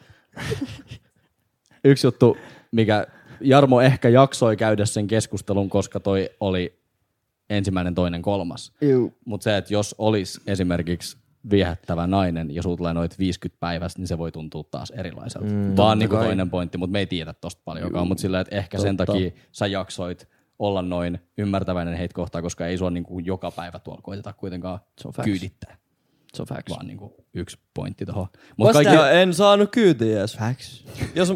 Yksi juttu, mikä Jarmo ehkä jaksoi käydä sen keskustelun, koska toi oli 1., 2., 3. Mutta se, että jos olisi esimerkiksi viehättävä nainen ja sulla tulee noit 50 päivästä, niin se voi tuntua taas erilaiselta. Vaan niin kuin toinen pointti, mutta me ei tiedä tosta paljonkaan. Mutta sillä, että ehkä sen takia sä jaksoit olla noin ymmärtäväinen heitä kohtaan, koska ei sua niin kuin joka päivä tuolla koiteta kuitenkaan kyydittää. Se on facts. Vaan niin kuin yksi pointti tohon. Ja en saanut kyytiä edes. Facts. Jos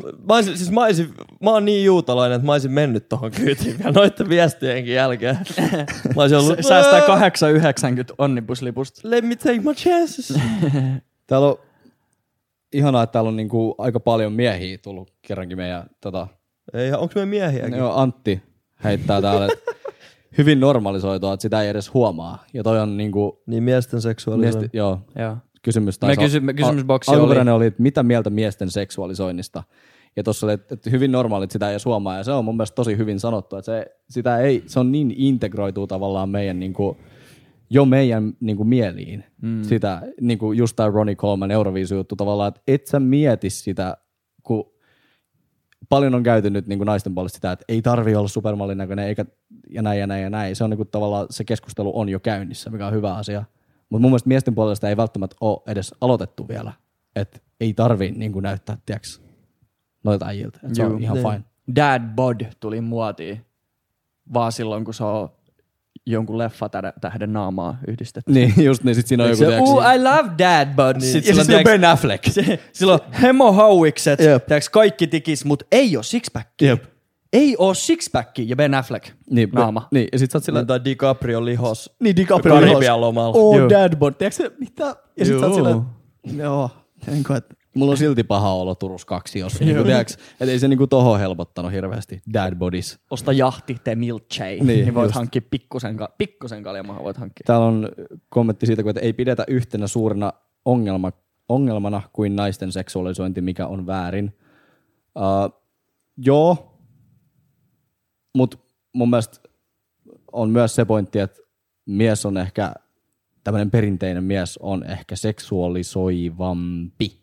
mä oon niin juutalainen, että mä olisin mennyt tohon kyytiin vielä noitten viestienkin jälkeen. Mä olisin ollut... Säästää 8,90 onnibuslipusta. Let me take my chances. Täällä on ihanaa, että täällä on niinku aika paljon miehiä tullut kerrankin meidän Ei, onks meidän miehiäkin? Joo, Antti heittää täällä, että hyvin normalisoitua, että sitä ei edes huomaa. Ja toi on niinku... Niin miesten seksuaalisuus. Joo. Kysymys. Kysymysboksi alkuperäinen oli, että mitä mieltä miesten seksuaalisoinnista. Ja tuossa oli, että hyvin normaalit sitä ei huomaa. Ja se on mun mielestä tosi hyvin sanottu, että se on niin integroituu tavallaan meidän niinku, jo meidän niinku mieliin. Sitä, niinku just tää Ronnie Coleman Euroviisu-juttu tavallaan, että et sä mieti sitä, kun paljon on käyty nyt niinku naisten puolesta sitä, että ei tarvii olla supermallin näköinen, eikä ja näin. Se on niinku tavallaan, se keskustelu on jo käynnissä, mikä on hyvä asia. Mutta mun mielestä miesten puolesta ei välttämättä ole edes aloitettu vielä. Että ei tarvii niinku näyttää, tiiäks, noilta äijiltä. Se on ihan fine. Dad bod tuli muotiin. Vaan silloin, kun se on jonkun leffatähden naamaa yhdistetty. Niin, just niin. Sit siinä on joku, I love dad bod. Niin. Ja sit on Ben Affleck. Silloin hemohauikset. Tiiäks, kaikki tikis, mut ei oo sixpackia. Jep. Ei oo sixpackia ja Ben Affleck naama. Niin, ja sit sä oot sillä... Tai DiCaprio lihos. Niin, DiCaprio lihos. Karibian lomalla. Oh, dad bod. Tiedätkö se, mitä? Ja sit sä oot sillä... Joo. Mulla on silti paha olo Turus 2, jos niinku tiedäks. Et ei se niinku tohon helpottanut hirveästi. Dad bodies. Osta jahti te milkshake. Niin voit hankkia pikkusen kaljamaha voit hankkia. Täällä on kommentti siitä, että ei pidetä yhtenä suurena ongelmana kuin naisten seksuaalisointi, mikä on väärin. Joo. Mut mun mielestä on myös se pointti, että mies on ehkä tämmöinen perinteinen mies on ehkä seksuaalisoivampi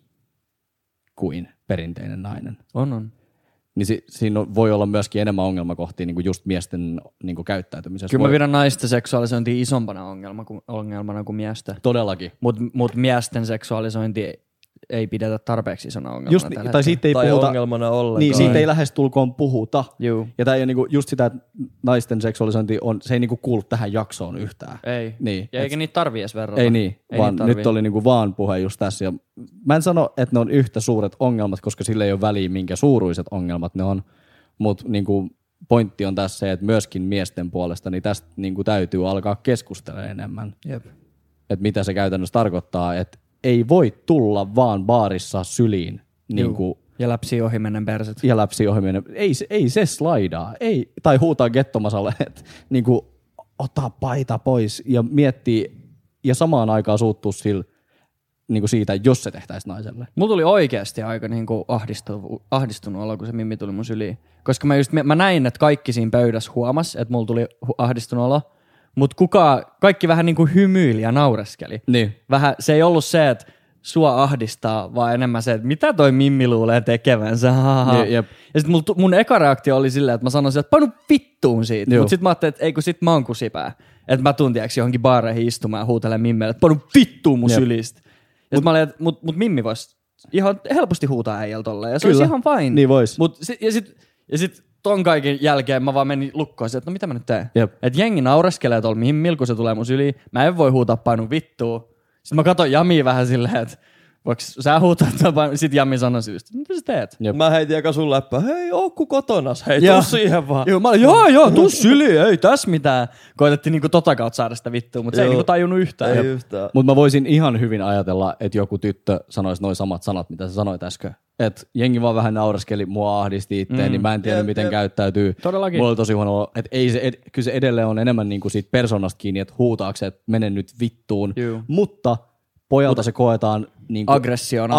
kuin perinteinen nainen. On. Niin siinä voi olla myöskin enemmän ongelmakohtia niin kuin just miesten niin kuin käyttäytymisessä. Kyllä mä pidän naisten seksuaalisointia isompana ongelmana kuin miestä. Todellakin. Mut miesten seksuaalisointi ei pidetä tarpeeksi isona ongelmana. Just, tai siitä ei puhuta, ongelmana ollenkaan. Niin, siitä ei lähestulkoon puhuta. Juu. Ja tää ei ole niinku just sitä, että naisten seksuaalisointi se ei niinku kuulu tähän jaksoon yhtään. Ei. Niin. Ja eikä niitä tarvii edes verrata. Ei niin, vaan nyt oli niinku vaan puhe just tässä. Ja mä en sano, että ne on yhtä suuret ongelmat, koska sillä ei ole väliä, minkä suuruiset ongelmat ne on. Mutta niinku pointti on tässä se, että myöskin miesten puolesta niin tästä niinku täytyy alkaa keskustella enemmän. Jep. Että mitä se käytännössä tarkoittaa, että ei voi tulla vaan baarissa syliin. Niinku, ja läpsii ohi menen perset. Ja läpsii ohi menen. Ei se slaidaa. Ei, tai huutaa gettomasalle, että niinku, ota paita pois ja miettii ja samaan aikaan suuttuu sillä niinku siitä, jos se tehtäisiin naiselle. Mulla tuli oikeasti aika niinku ahdistunut olo, kun se Mimmi tuli mun syliin. Koska mä näin, että kaikki siinä pöydässä huomas, että mulla tuli ahdistunut olo. Mutta kaikki vähän niinku hymyili ja naureskeli. Niin. Vähän, se ei ollut se, että sua ahdistaa, vaan enemmän se, että mitä toi Mimmi luulee tekevänsä. Jep. Ja sit mun eka reaktio oli silleen, että mä sanoin, että painu vittuun siitä. Mutta sit mä ajattelin, että ei kun sit mä oon kusipää. Että mä tuun tiiäks johonkin baareihin istumaan ja huutelen Mimmille, että painu vittuun mun sylistä. Ja sit mä olin, että mut Mimmi vois ihan helposti huutaa äijältä tolleen. Ja se olisi ihan fine. Niin vois. Ja sit ton kaiken jälkeen mä vaan menin lukkoon että no mitä mä nyt teen? Että jengi naureskelee tuolla Mimmillä, kun se tulee mun syliin. Mä en voi huutaa painun vittua. Sitten mä katsoin Jamia vähän silleen, että voiko sä huutaa? Sitten Jami sanoi syystä, mitä sä teet? Mä heitin eka sun läppää, hei ootko kotonas? Hei tuu siihen vaan. Joo, mä olin, joo, tuu syliin, ei tässä mitään. Koitettiin niinku tota kautta saada sitä vittua, mutta se ei niinku tajunnut yhtään. Ei yhtään. Mutta mä voisin ihan hyvin ajatella, että joku tyttö sanoisi noin samat sanat, mitä sä sanoit äsken. Että jengi vaan vähän naureskeli, mua ahdisti itteen, niin mä en tiedä miten käyttäytyy. Todellakin. Mulla oli tosi huono, että kyllä se edelleen on enemmän niinku siitä persoonasta kiinni, että huutaako se, että mene nyt vittuun. Mutta pojalta se koetaan niinku aggressiona.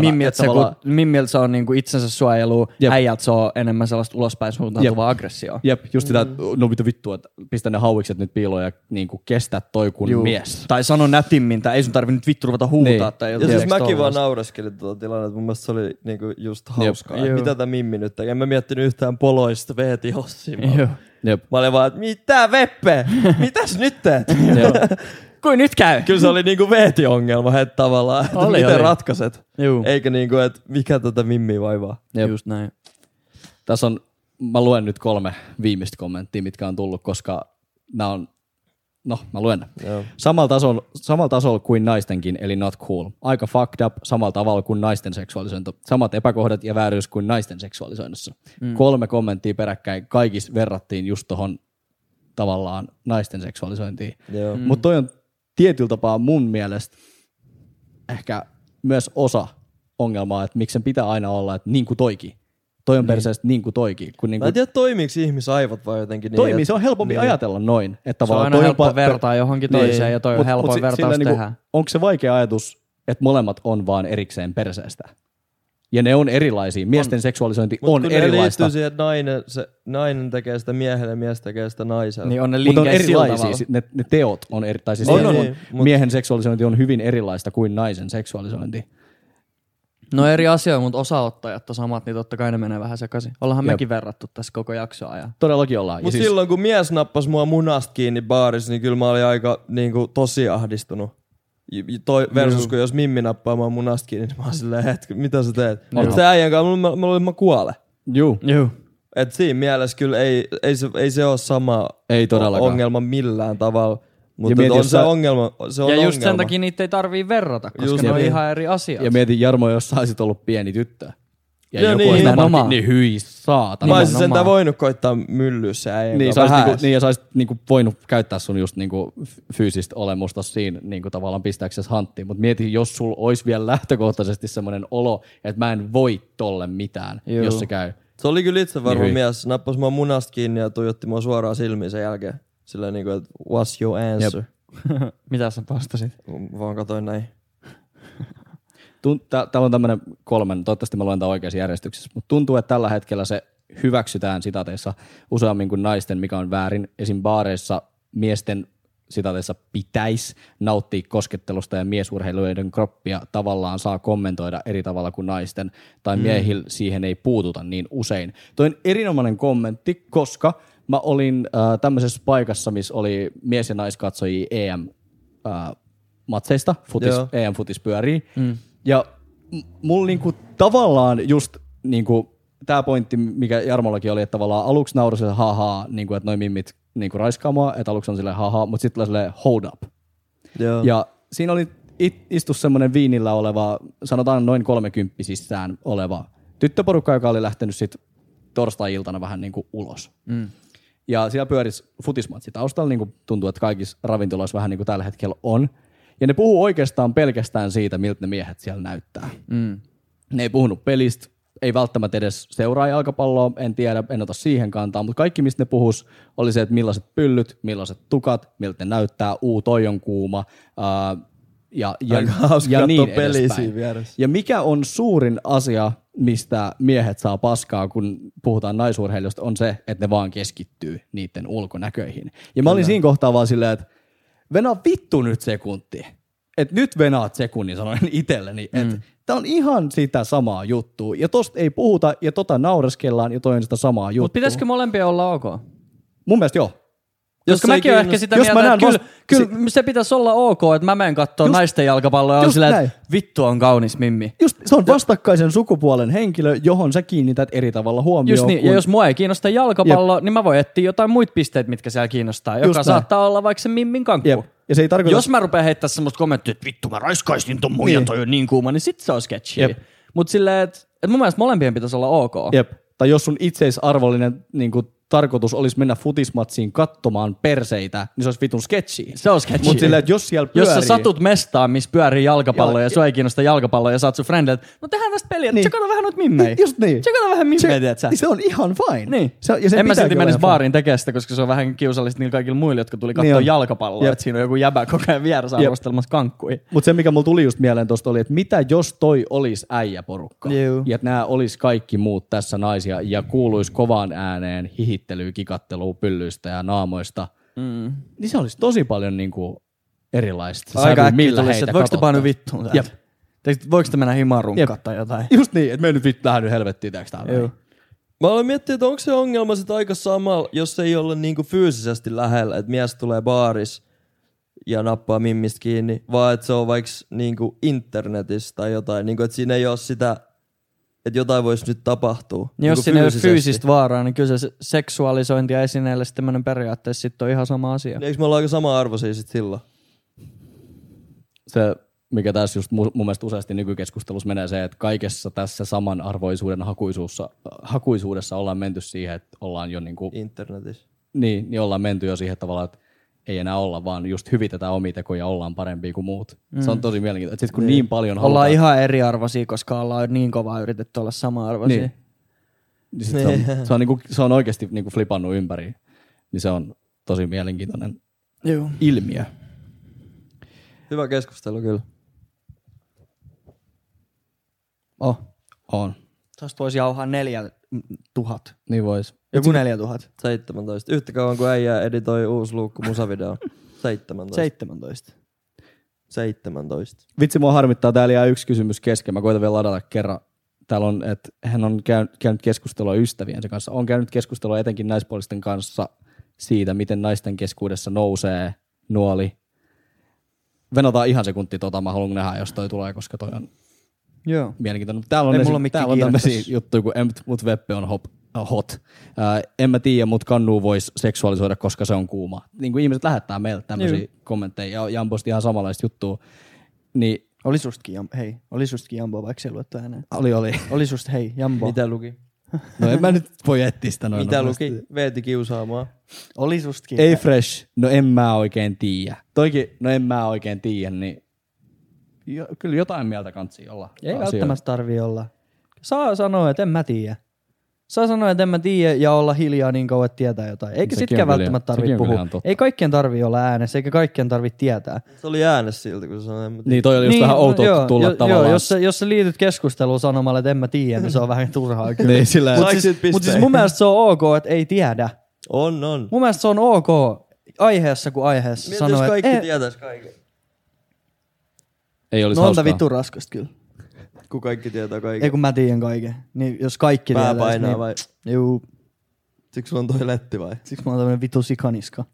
Mimmiltä se on niinku itsensä suojelu, äijältä se on enemmän sellaista ulospäin suuntautuvaa aggressioa. Jep, just sitä, että no mitä vittua, että pistä ne hauikset nyt piiloon ja niinku kestä toi kun mies. Tai sano nätimmin, tai ei sun tarvi nyt vittu ruveta huutaa. Niin. Tai ja siis mäkin vaan naureskelin tuota tilannetta, mun mielestä se oli niinku just hauskaa. Mitä tää Mimmi nyt tekee? En mä miettinyt yhtään poloista veeti Hossia. Mä olin vaan, että mitä Veppe? Mitäs nyt teet? Kuin nyt käy. Kyllä se oli niinku veeti-ongelma heti tavallaan, että miten ratkaiset. Eikä niinku, että mikä tätä Mimmiä vaivaa. Just näin. Tässä on, mä luen nyt 3 viimeistä kommenttia, mitkä on tullut, koska nämä on, mä luen. Samalla tasolla kuin naistenkin, eli not cool. Aika fucked up, samalla tavalla kuin naisten seksuaalisointi. Samat epäkohdat ja vääryys kuin naisten seksuaalisoinnissa. 3 kommenttia peräkkäin, kaikissa verrattiin just tohon tavallaan naisten seksuaalisointiin. Mutta toi on tietyllä tapaa mun mielestä ehkä myös osa ongelmaa, että miksi sen pitää aina olla, että niin kuin toikin. Toi on perseestä niin kuin toikin. Mä en tiedä, toimiiko ihmisaivot vai jotenkin niin. Toimii, se on helpompi ajatella noin. Että se on aina helppo vertaa johonkin toiseen ja toi on helpoin vertaus tehdä. Onko se vaikea ajatus, että molemmat on vaan erikseen perseestä? Ja ne on erilaisia. Miesten seksuaalisointi on erilaista. Mutta ne liittyy siihen, että nainen tekee sitä miehelle ja mies tekee sitä naiselle. Niin on ne mutta on erilaisia. Ne teot on eri. Tai siis miehen seksuaalisointi on hyvin erilaista kuin naisen seksuaalisointi. No eri asioita, mutta osaottajat on samat, niin totta kai ne menee vähän sekaisin. Ollaanhan mekin verrattu tässä koko jaksoa ajan. Todellakin ollaan. Mutta siis silloin kun mies nappasi mua munasta kiinni baarissa, niin kyllä mä olin aika niinku, tosi ahdistunut. Versus kun jos Mimmi nappaa mua munasta kiinni, niin mä oon silleen, hetki, mitä sä teet? Mutta se äijän kanssa, mä kuolen. Juu. Et siinä mielessä kyllä ei se ole sama ongelma millään tavalla. Mutta on se ongelma. Ja just sen takia niitä ei tarvii verrata, koska ne on ihan eri asiat. Ja mietin, Jarmo, jos sä olisit ollut pieni tyttö. Ja joku niin, niin hyi saatana. Mä olisin sentään voinut koittaa myllyä se äijän. Ja sä olisit niinku voinut käyttää sun just niinku fyysistä olemusta siinä niinku tavallaan pistääksesi hanttiin. Mutta mieti, jos sulla olisi vielä lähtökohtaisesti semmoinen olo, että mä en voi tolle mitään, jos se käy. Se oli kyllä itsevarma mies. Nappasi mua munasta kiinni ja tuijotti mua suoraan silmiin sen jälkeen. Silleen niinku, että what's your answer? Mitä sä vastasit? Vaan katoin näin. Täällä on tämmöinen 3, toivottavasti mä luen tämän oikeassa järjestyksessä, mutta tuntuu, että tällä hetkellä se hyväksytään sitaateissa useammin kuin naisten, mikä on väärin. Esim. baareissa miesten sitaateissa pitäisi nauttia koskettelusta ja miesurheilijoiden kroppia tavallaan saa kommentoida eri tavalla kuin naisten, tai miehillä siihen ei puututa niin usein. Toi on erinomainen kommentti, koska mä olin tämmöisessä paikassa, missä oli mies- ja naiskatsojia EM-matseista, EM-futis pyörii, ja mulla niinku tavallaan just niinku tää pointti, mikä Jarmollakin oli, että tavallaan aluksi naurui se haha, niinku, että noi mimmit niinku raiskaa mua, että aluksi on silleen haha, mutta sitten tulee silleen hold up. Joo. Ja siinä oli istus semmoinen viinillä oleva, sanotaan noin 30-sissään oleva tyttöporukka, joka oli lähtenyt sit torstai-iltana vähän niinku ulos. Ja siellä pyörisi futismatsi taustalla, niin kuin tuntuu, että kaikissa ravintoloissa vähän niin kuin tällä hetkellä on. Ja ne puhuu oikeastaan pelkästään siitä, miltä ne miehet siellä näyttää. Ne ei puhunut pelistä, ei välttämättä edes seuraa jalkapalloa, en tiedä, en ota siihen kantaa, mutta kaikki, mistä ne puhus, oli se, että millaiset pyllyt, millaiset tukat, miltä ne näyttää, toi on kuuma, ja niin edespäin. Ja mikä on suurin asia, mistä miehet saa paskaa, kun puhutaan naisurheilijoista, on se, että ne vaan keskittyy niiden ulkonäköihin. Ja mä olin siinä kohtaa vaan silleen, että venaa vittu nyt sekunti. Että nyt venaat sekunnin, sanoin itselleni, että tää on ihan sitä samaa juttua. Ja tosta ei puhuta, ja naureskellaan, ja toi on sitä samaa juttua. Mutta pitäisikö molempia olla ok? Mun mielestä joo. Koska mäkin olen ehkä sitä mieltä, että kyllä se pitäisi olla ok, että mä menen katsoa naisten jalkapalloa ja on silleen, että vittu on kaunis mimmi. Just, se on vastakkaisen sukupuolen henkilö, johon sä kiinnität eri tavalla huomioon. Just niin, ja jos mua ei kiinnosta jalkapallo, niin mä voin etsiä jotain muita pisteitä, mitkä siellä kiinnostaa, joka saattaa olla vaikka se mimmin kankku. Ja se ei tarkoita... Jos mä rupean heittää semmoista kommenttia, että vittu mä raiskaisin ton muijan, toi on niin kuuma, niin sit se on sketchiä. Mut silleen, että mun mielestä molempien pitäisi olla ok. Tai jos sun itseisarvollinen niinku tarkoitus olisi mennä futismatsiin katsomaan perseitä, niin se olisi vitun sketchiä. Se on sketchiä. Mutta silleen, että jos siellä pyörii... Jos sä satut mestaan, missä pyörii jalkapallo ja sua ei kiinnosta jalkapallo ja sä oot sun friendille, että no tehdään tästä peliä, niin. Tsekata vähän noita mimmejä. Just niin. Tsekata vähän mimmejä, tiedätkö? Niin se on ihan fine. Niin. En mä silti menisi baariin tekemään sitä, koska se on vähän kiusallista niillä kaikilla muilla, jotka tuli katsoa jalkapalloa, että siinä on joku jäbä koko ajan vieressä arvostelemassa kankkuja. Mutta se, mikä mulla tuli just mieleen tosta oli, että mitä jos toi olisi äijäporukka ja että nämä olisi kaikki muut tässä naisia ja kuuluisi kovaan ääneen hihittelyä, kikattelua, pyllyistä ja naamoista, niin se olisi tosi paljon niinku erilaista. Aika äkkiä tulisi, että voiko te painu vittuun täältä? Voiko te mennä himaan runkkaa tai jotain? Just niin, että me nyt vittu lähden helvettiin tästä. Mä olen miettinyt, että onko se ongelma sit aika sama, jos ei ole niinku fyysisesti lähellä, että mies tulee baaris ja nappaa mimmistä kiinni, vaan että se on vaikka niinku internetissä tai jotain, niinku, että siinä ei ole sitä, että jotain voisi nyt tapahtua. Niin jos siinä ei ole fyysistä vaaraa, niin kyllä se seksuaalisointi ja esineelle tämmöinen periaatteessa sitten on ihan sama asia. Eikö me olla aika sama-arvoisia sitten silloin? Se, mikä tässä just mun mielestä useasti nykykeskustelussa menee se, että kaikessa tässä samanarvoisuuden hakuisuudessa ollaan menty siihen, että ollaan jo niinku... Internetissä. Niin ollaan menty jo siihen tavallaan, että ei enää olla, vaan just hyvitetään omia tekoja, ollaan parempia kuin muut. Se on tosi mielenkiintoista. Sitten kun niin paljon halutaan... Ollaan ihan eriarvoisia, koska ollaan niin kovaa yritetty olla sama-arvoisia. Se on oikeasti niinku flipannut ympäri. Niin se on tosi mielenkiintoinen ilmiö. Hyvä keskustelu kyllä. On. Tuosta voisi jauhaa 4000. Niin vois. Joku 4000. 17. Yhtä kauan kuin äijä editoi uusi luukku musavideo. 17. Vitsi, mua harmittaa. Täällä jää yksi kysymys kesken. Mä koitan vielä ladata kerran. Täällä on, että hän on käynyt keskustelua ystäviensä kanssa. On käynyt keskustelua etenkin naispuolisten kanssa siitä, miten naisten keskuudessa nousee nuoli. Venotaan ihan sekunti mä haluan nähdä, jos toi tulee, koska toi on mielenkiintoinen. Täällä on tämmöisiä juttuja, kun mut Veppe on hot. En mä tiedä, mut kannuu voisi seksuaalisoida, koska se on kuuma. Niin kuin ihmiset lähettää meille tämmöisiä kommentteja, ja Jambosti ihan samanlaista juttua. Niin, oli sustakin Jambo, vaikka se luettu ääneen. Oli. Oli susta hei, Jambo. Mitä luki? No en mä nyt voi etsiä sitä noin. Mitä luki? Veeti kiusaamaan. Oli sustakin. Ei fresh. No en mä oikein tiedä. Toikin, no en mä oikein tiedä, niin kyllä jotain mieltä kantsii olla. Ei välttämättä tarvii olla. Saa sanoa, että en mä tiedä. Saa sanoa, että en mä tiedä ja olla hiljaa niin kauan, että tietää jotain. Eikä sitkään välttämättä tarvitse puhua. Ei kaikkien tarvii olla äänessä, eikä kaikkien tarvitse tietää. Se oli äänessä siltä, kun sanoin, en mä tiedä. Niin, toi oli just vähän outoa tulla tavallaan. Jos sä liityt keskusteluun sanomalla, että en mä tiedä, niin se on vähän turhaa kyllä. Niin, Mutta siis mun mielestä se on ok, että ei tiedä. On. Mun mielestä se on ok aiheessa kuin aiheessa Mietin, sanoo, jos kaikki että tietäis kaiken. Ei olisi no hauskaa. onta vittu raskasta kyllä. Kun kaikki tietää kaiken. Ei kun mä tiedän kaiken. Niin jos kaikki Pää tietäis, painaa niin... vai? Juu. Siksi sulla on toi letti vai? Siksi mä oon tämmönen vitu sikaniska.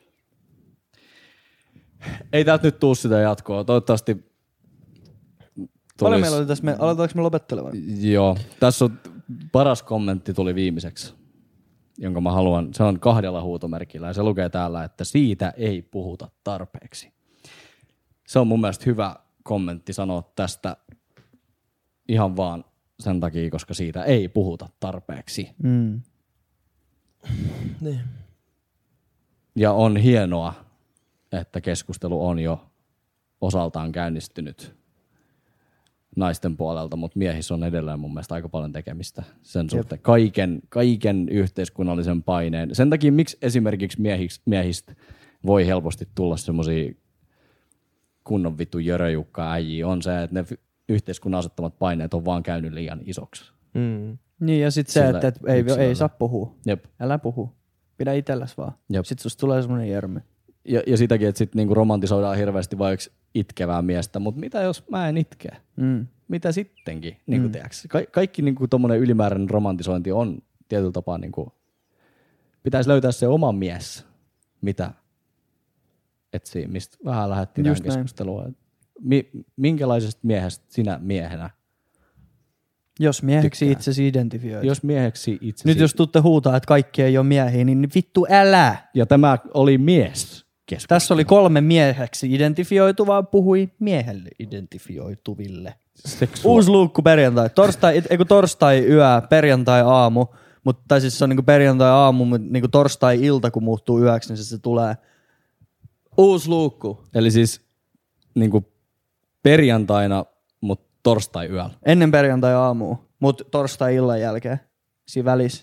Ei täältä nyt tuu sitä jatkoa. Toivottavasti Paljon meillä oli tässä, aletaanko me lopettelemaan? Joo. Tässä on paras kommentti tuli viimeiseksi, jonka mä haluan. Se on 2 huutomerkillä ja se lukee täällä, että siitä ei puhuta tarpeeksi. Se on mun mielestä hyvä kommentti sanoa tästä ihan vaan sen takia, koska siitä ei puhuta tarpeeksi. Mm. Niin. Ja on hienoa, että keskustelu on jo osaltaan käynnistynyt naisten puolelta, mutta miehissä on edelleen mun mielestä aika paljon tekemistä sen suhteen. Kaiken yhteiskunnallisen paineen. Sen takia, miksi esimerkiksi miehistä voi helposti tulla semmosia kunnon vittu jöröjukka äijiä, on se, että ne yhteiskunnan asettamat paineet on vaan käynyt liian isoksi. Mm. Niin ja sit se, että ei saa puhua. Jep. Älä puhu. Pidä itselläs vaan. Jep. Sit susta tulee semmonen järme. Ja sitäkin, että sit niinku romantisoidaan hirveästi vaikka itkevää miestä, mutta mitä jos mä en itkeä? Mm. Mitä sittenkin? Niinku tiiäks, kaikki niinku tommonen ylimääräinen romantisointi on tietyllä tapaa niinku, pitäisi löytää se oma mies, mitä etsii, mistä vähän lähdettiin tähän keskustelua. Minkälaisesta miehestä sinä miehenä? Jos mieheksi Tykkää. itsesi identifioit. Jos mieheksi itsesi... Nyt jos tuutte huutaa, että kaikki ei ole miehiä, niin vittu älä! Ja tämä oli mies keskustelu. Tässä oli 3 mieheksi identifioituvaa, puhui miehelle identifioituville. Uusi luukku perjantai. Torstai yö, perjantai aamu. Tai siis se on niinku perjantai aamu, mutta niinku torstai ilta kun muuttuu yöksi, niin se tulee. Uusi luukku. Eli siis niinku perjantaina, mutta torstai yöllä. Ennen perjantai aamua, mutta torstai illan jälkeen. Siinä välissä.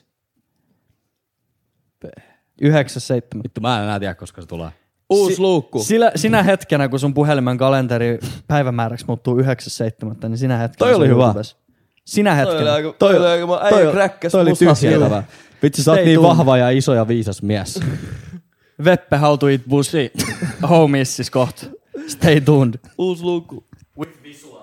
9.7. Vittu, mä en enää tiedä, koska se tulee. Uusi luukku. Sinä hetkenä, kun sun puhelimen kalenteri päivämääräksi muuttuu 9.7, niin sinä hetkenä. Toi oli hyvä. Sinä hetkenä. Toi oli aika äijä kräkkäs. Toi oli tyhjentävä. Vitsi, sä oot niin vahva ja iso ja viisas mies. Veppe, how to eat pussy. Homies siis kohta. Stay tuned. Uusi luukku. With visual.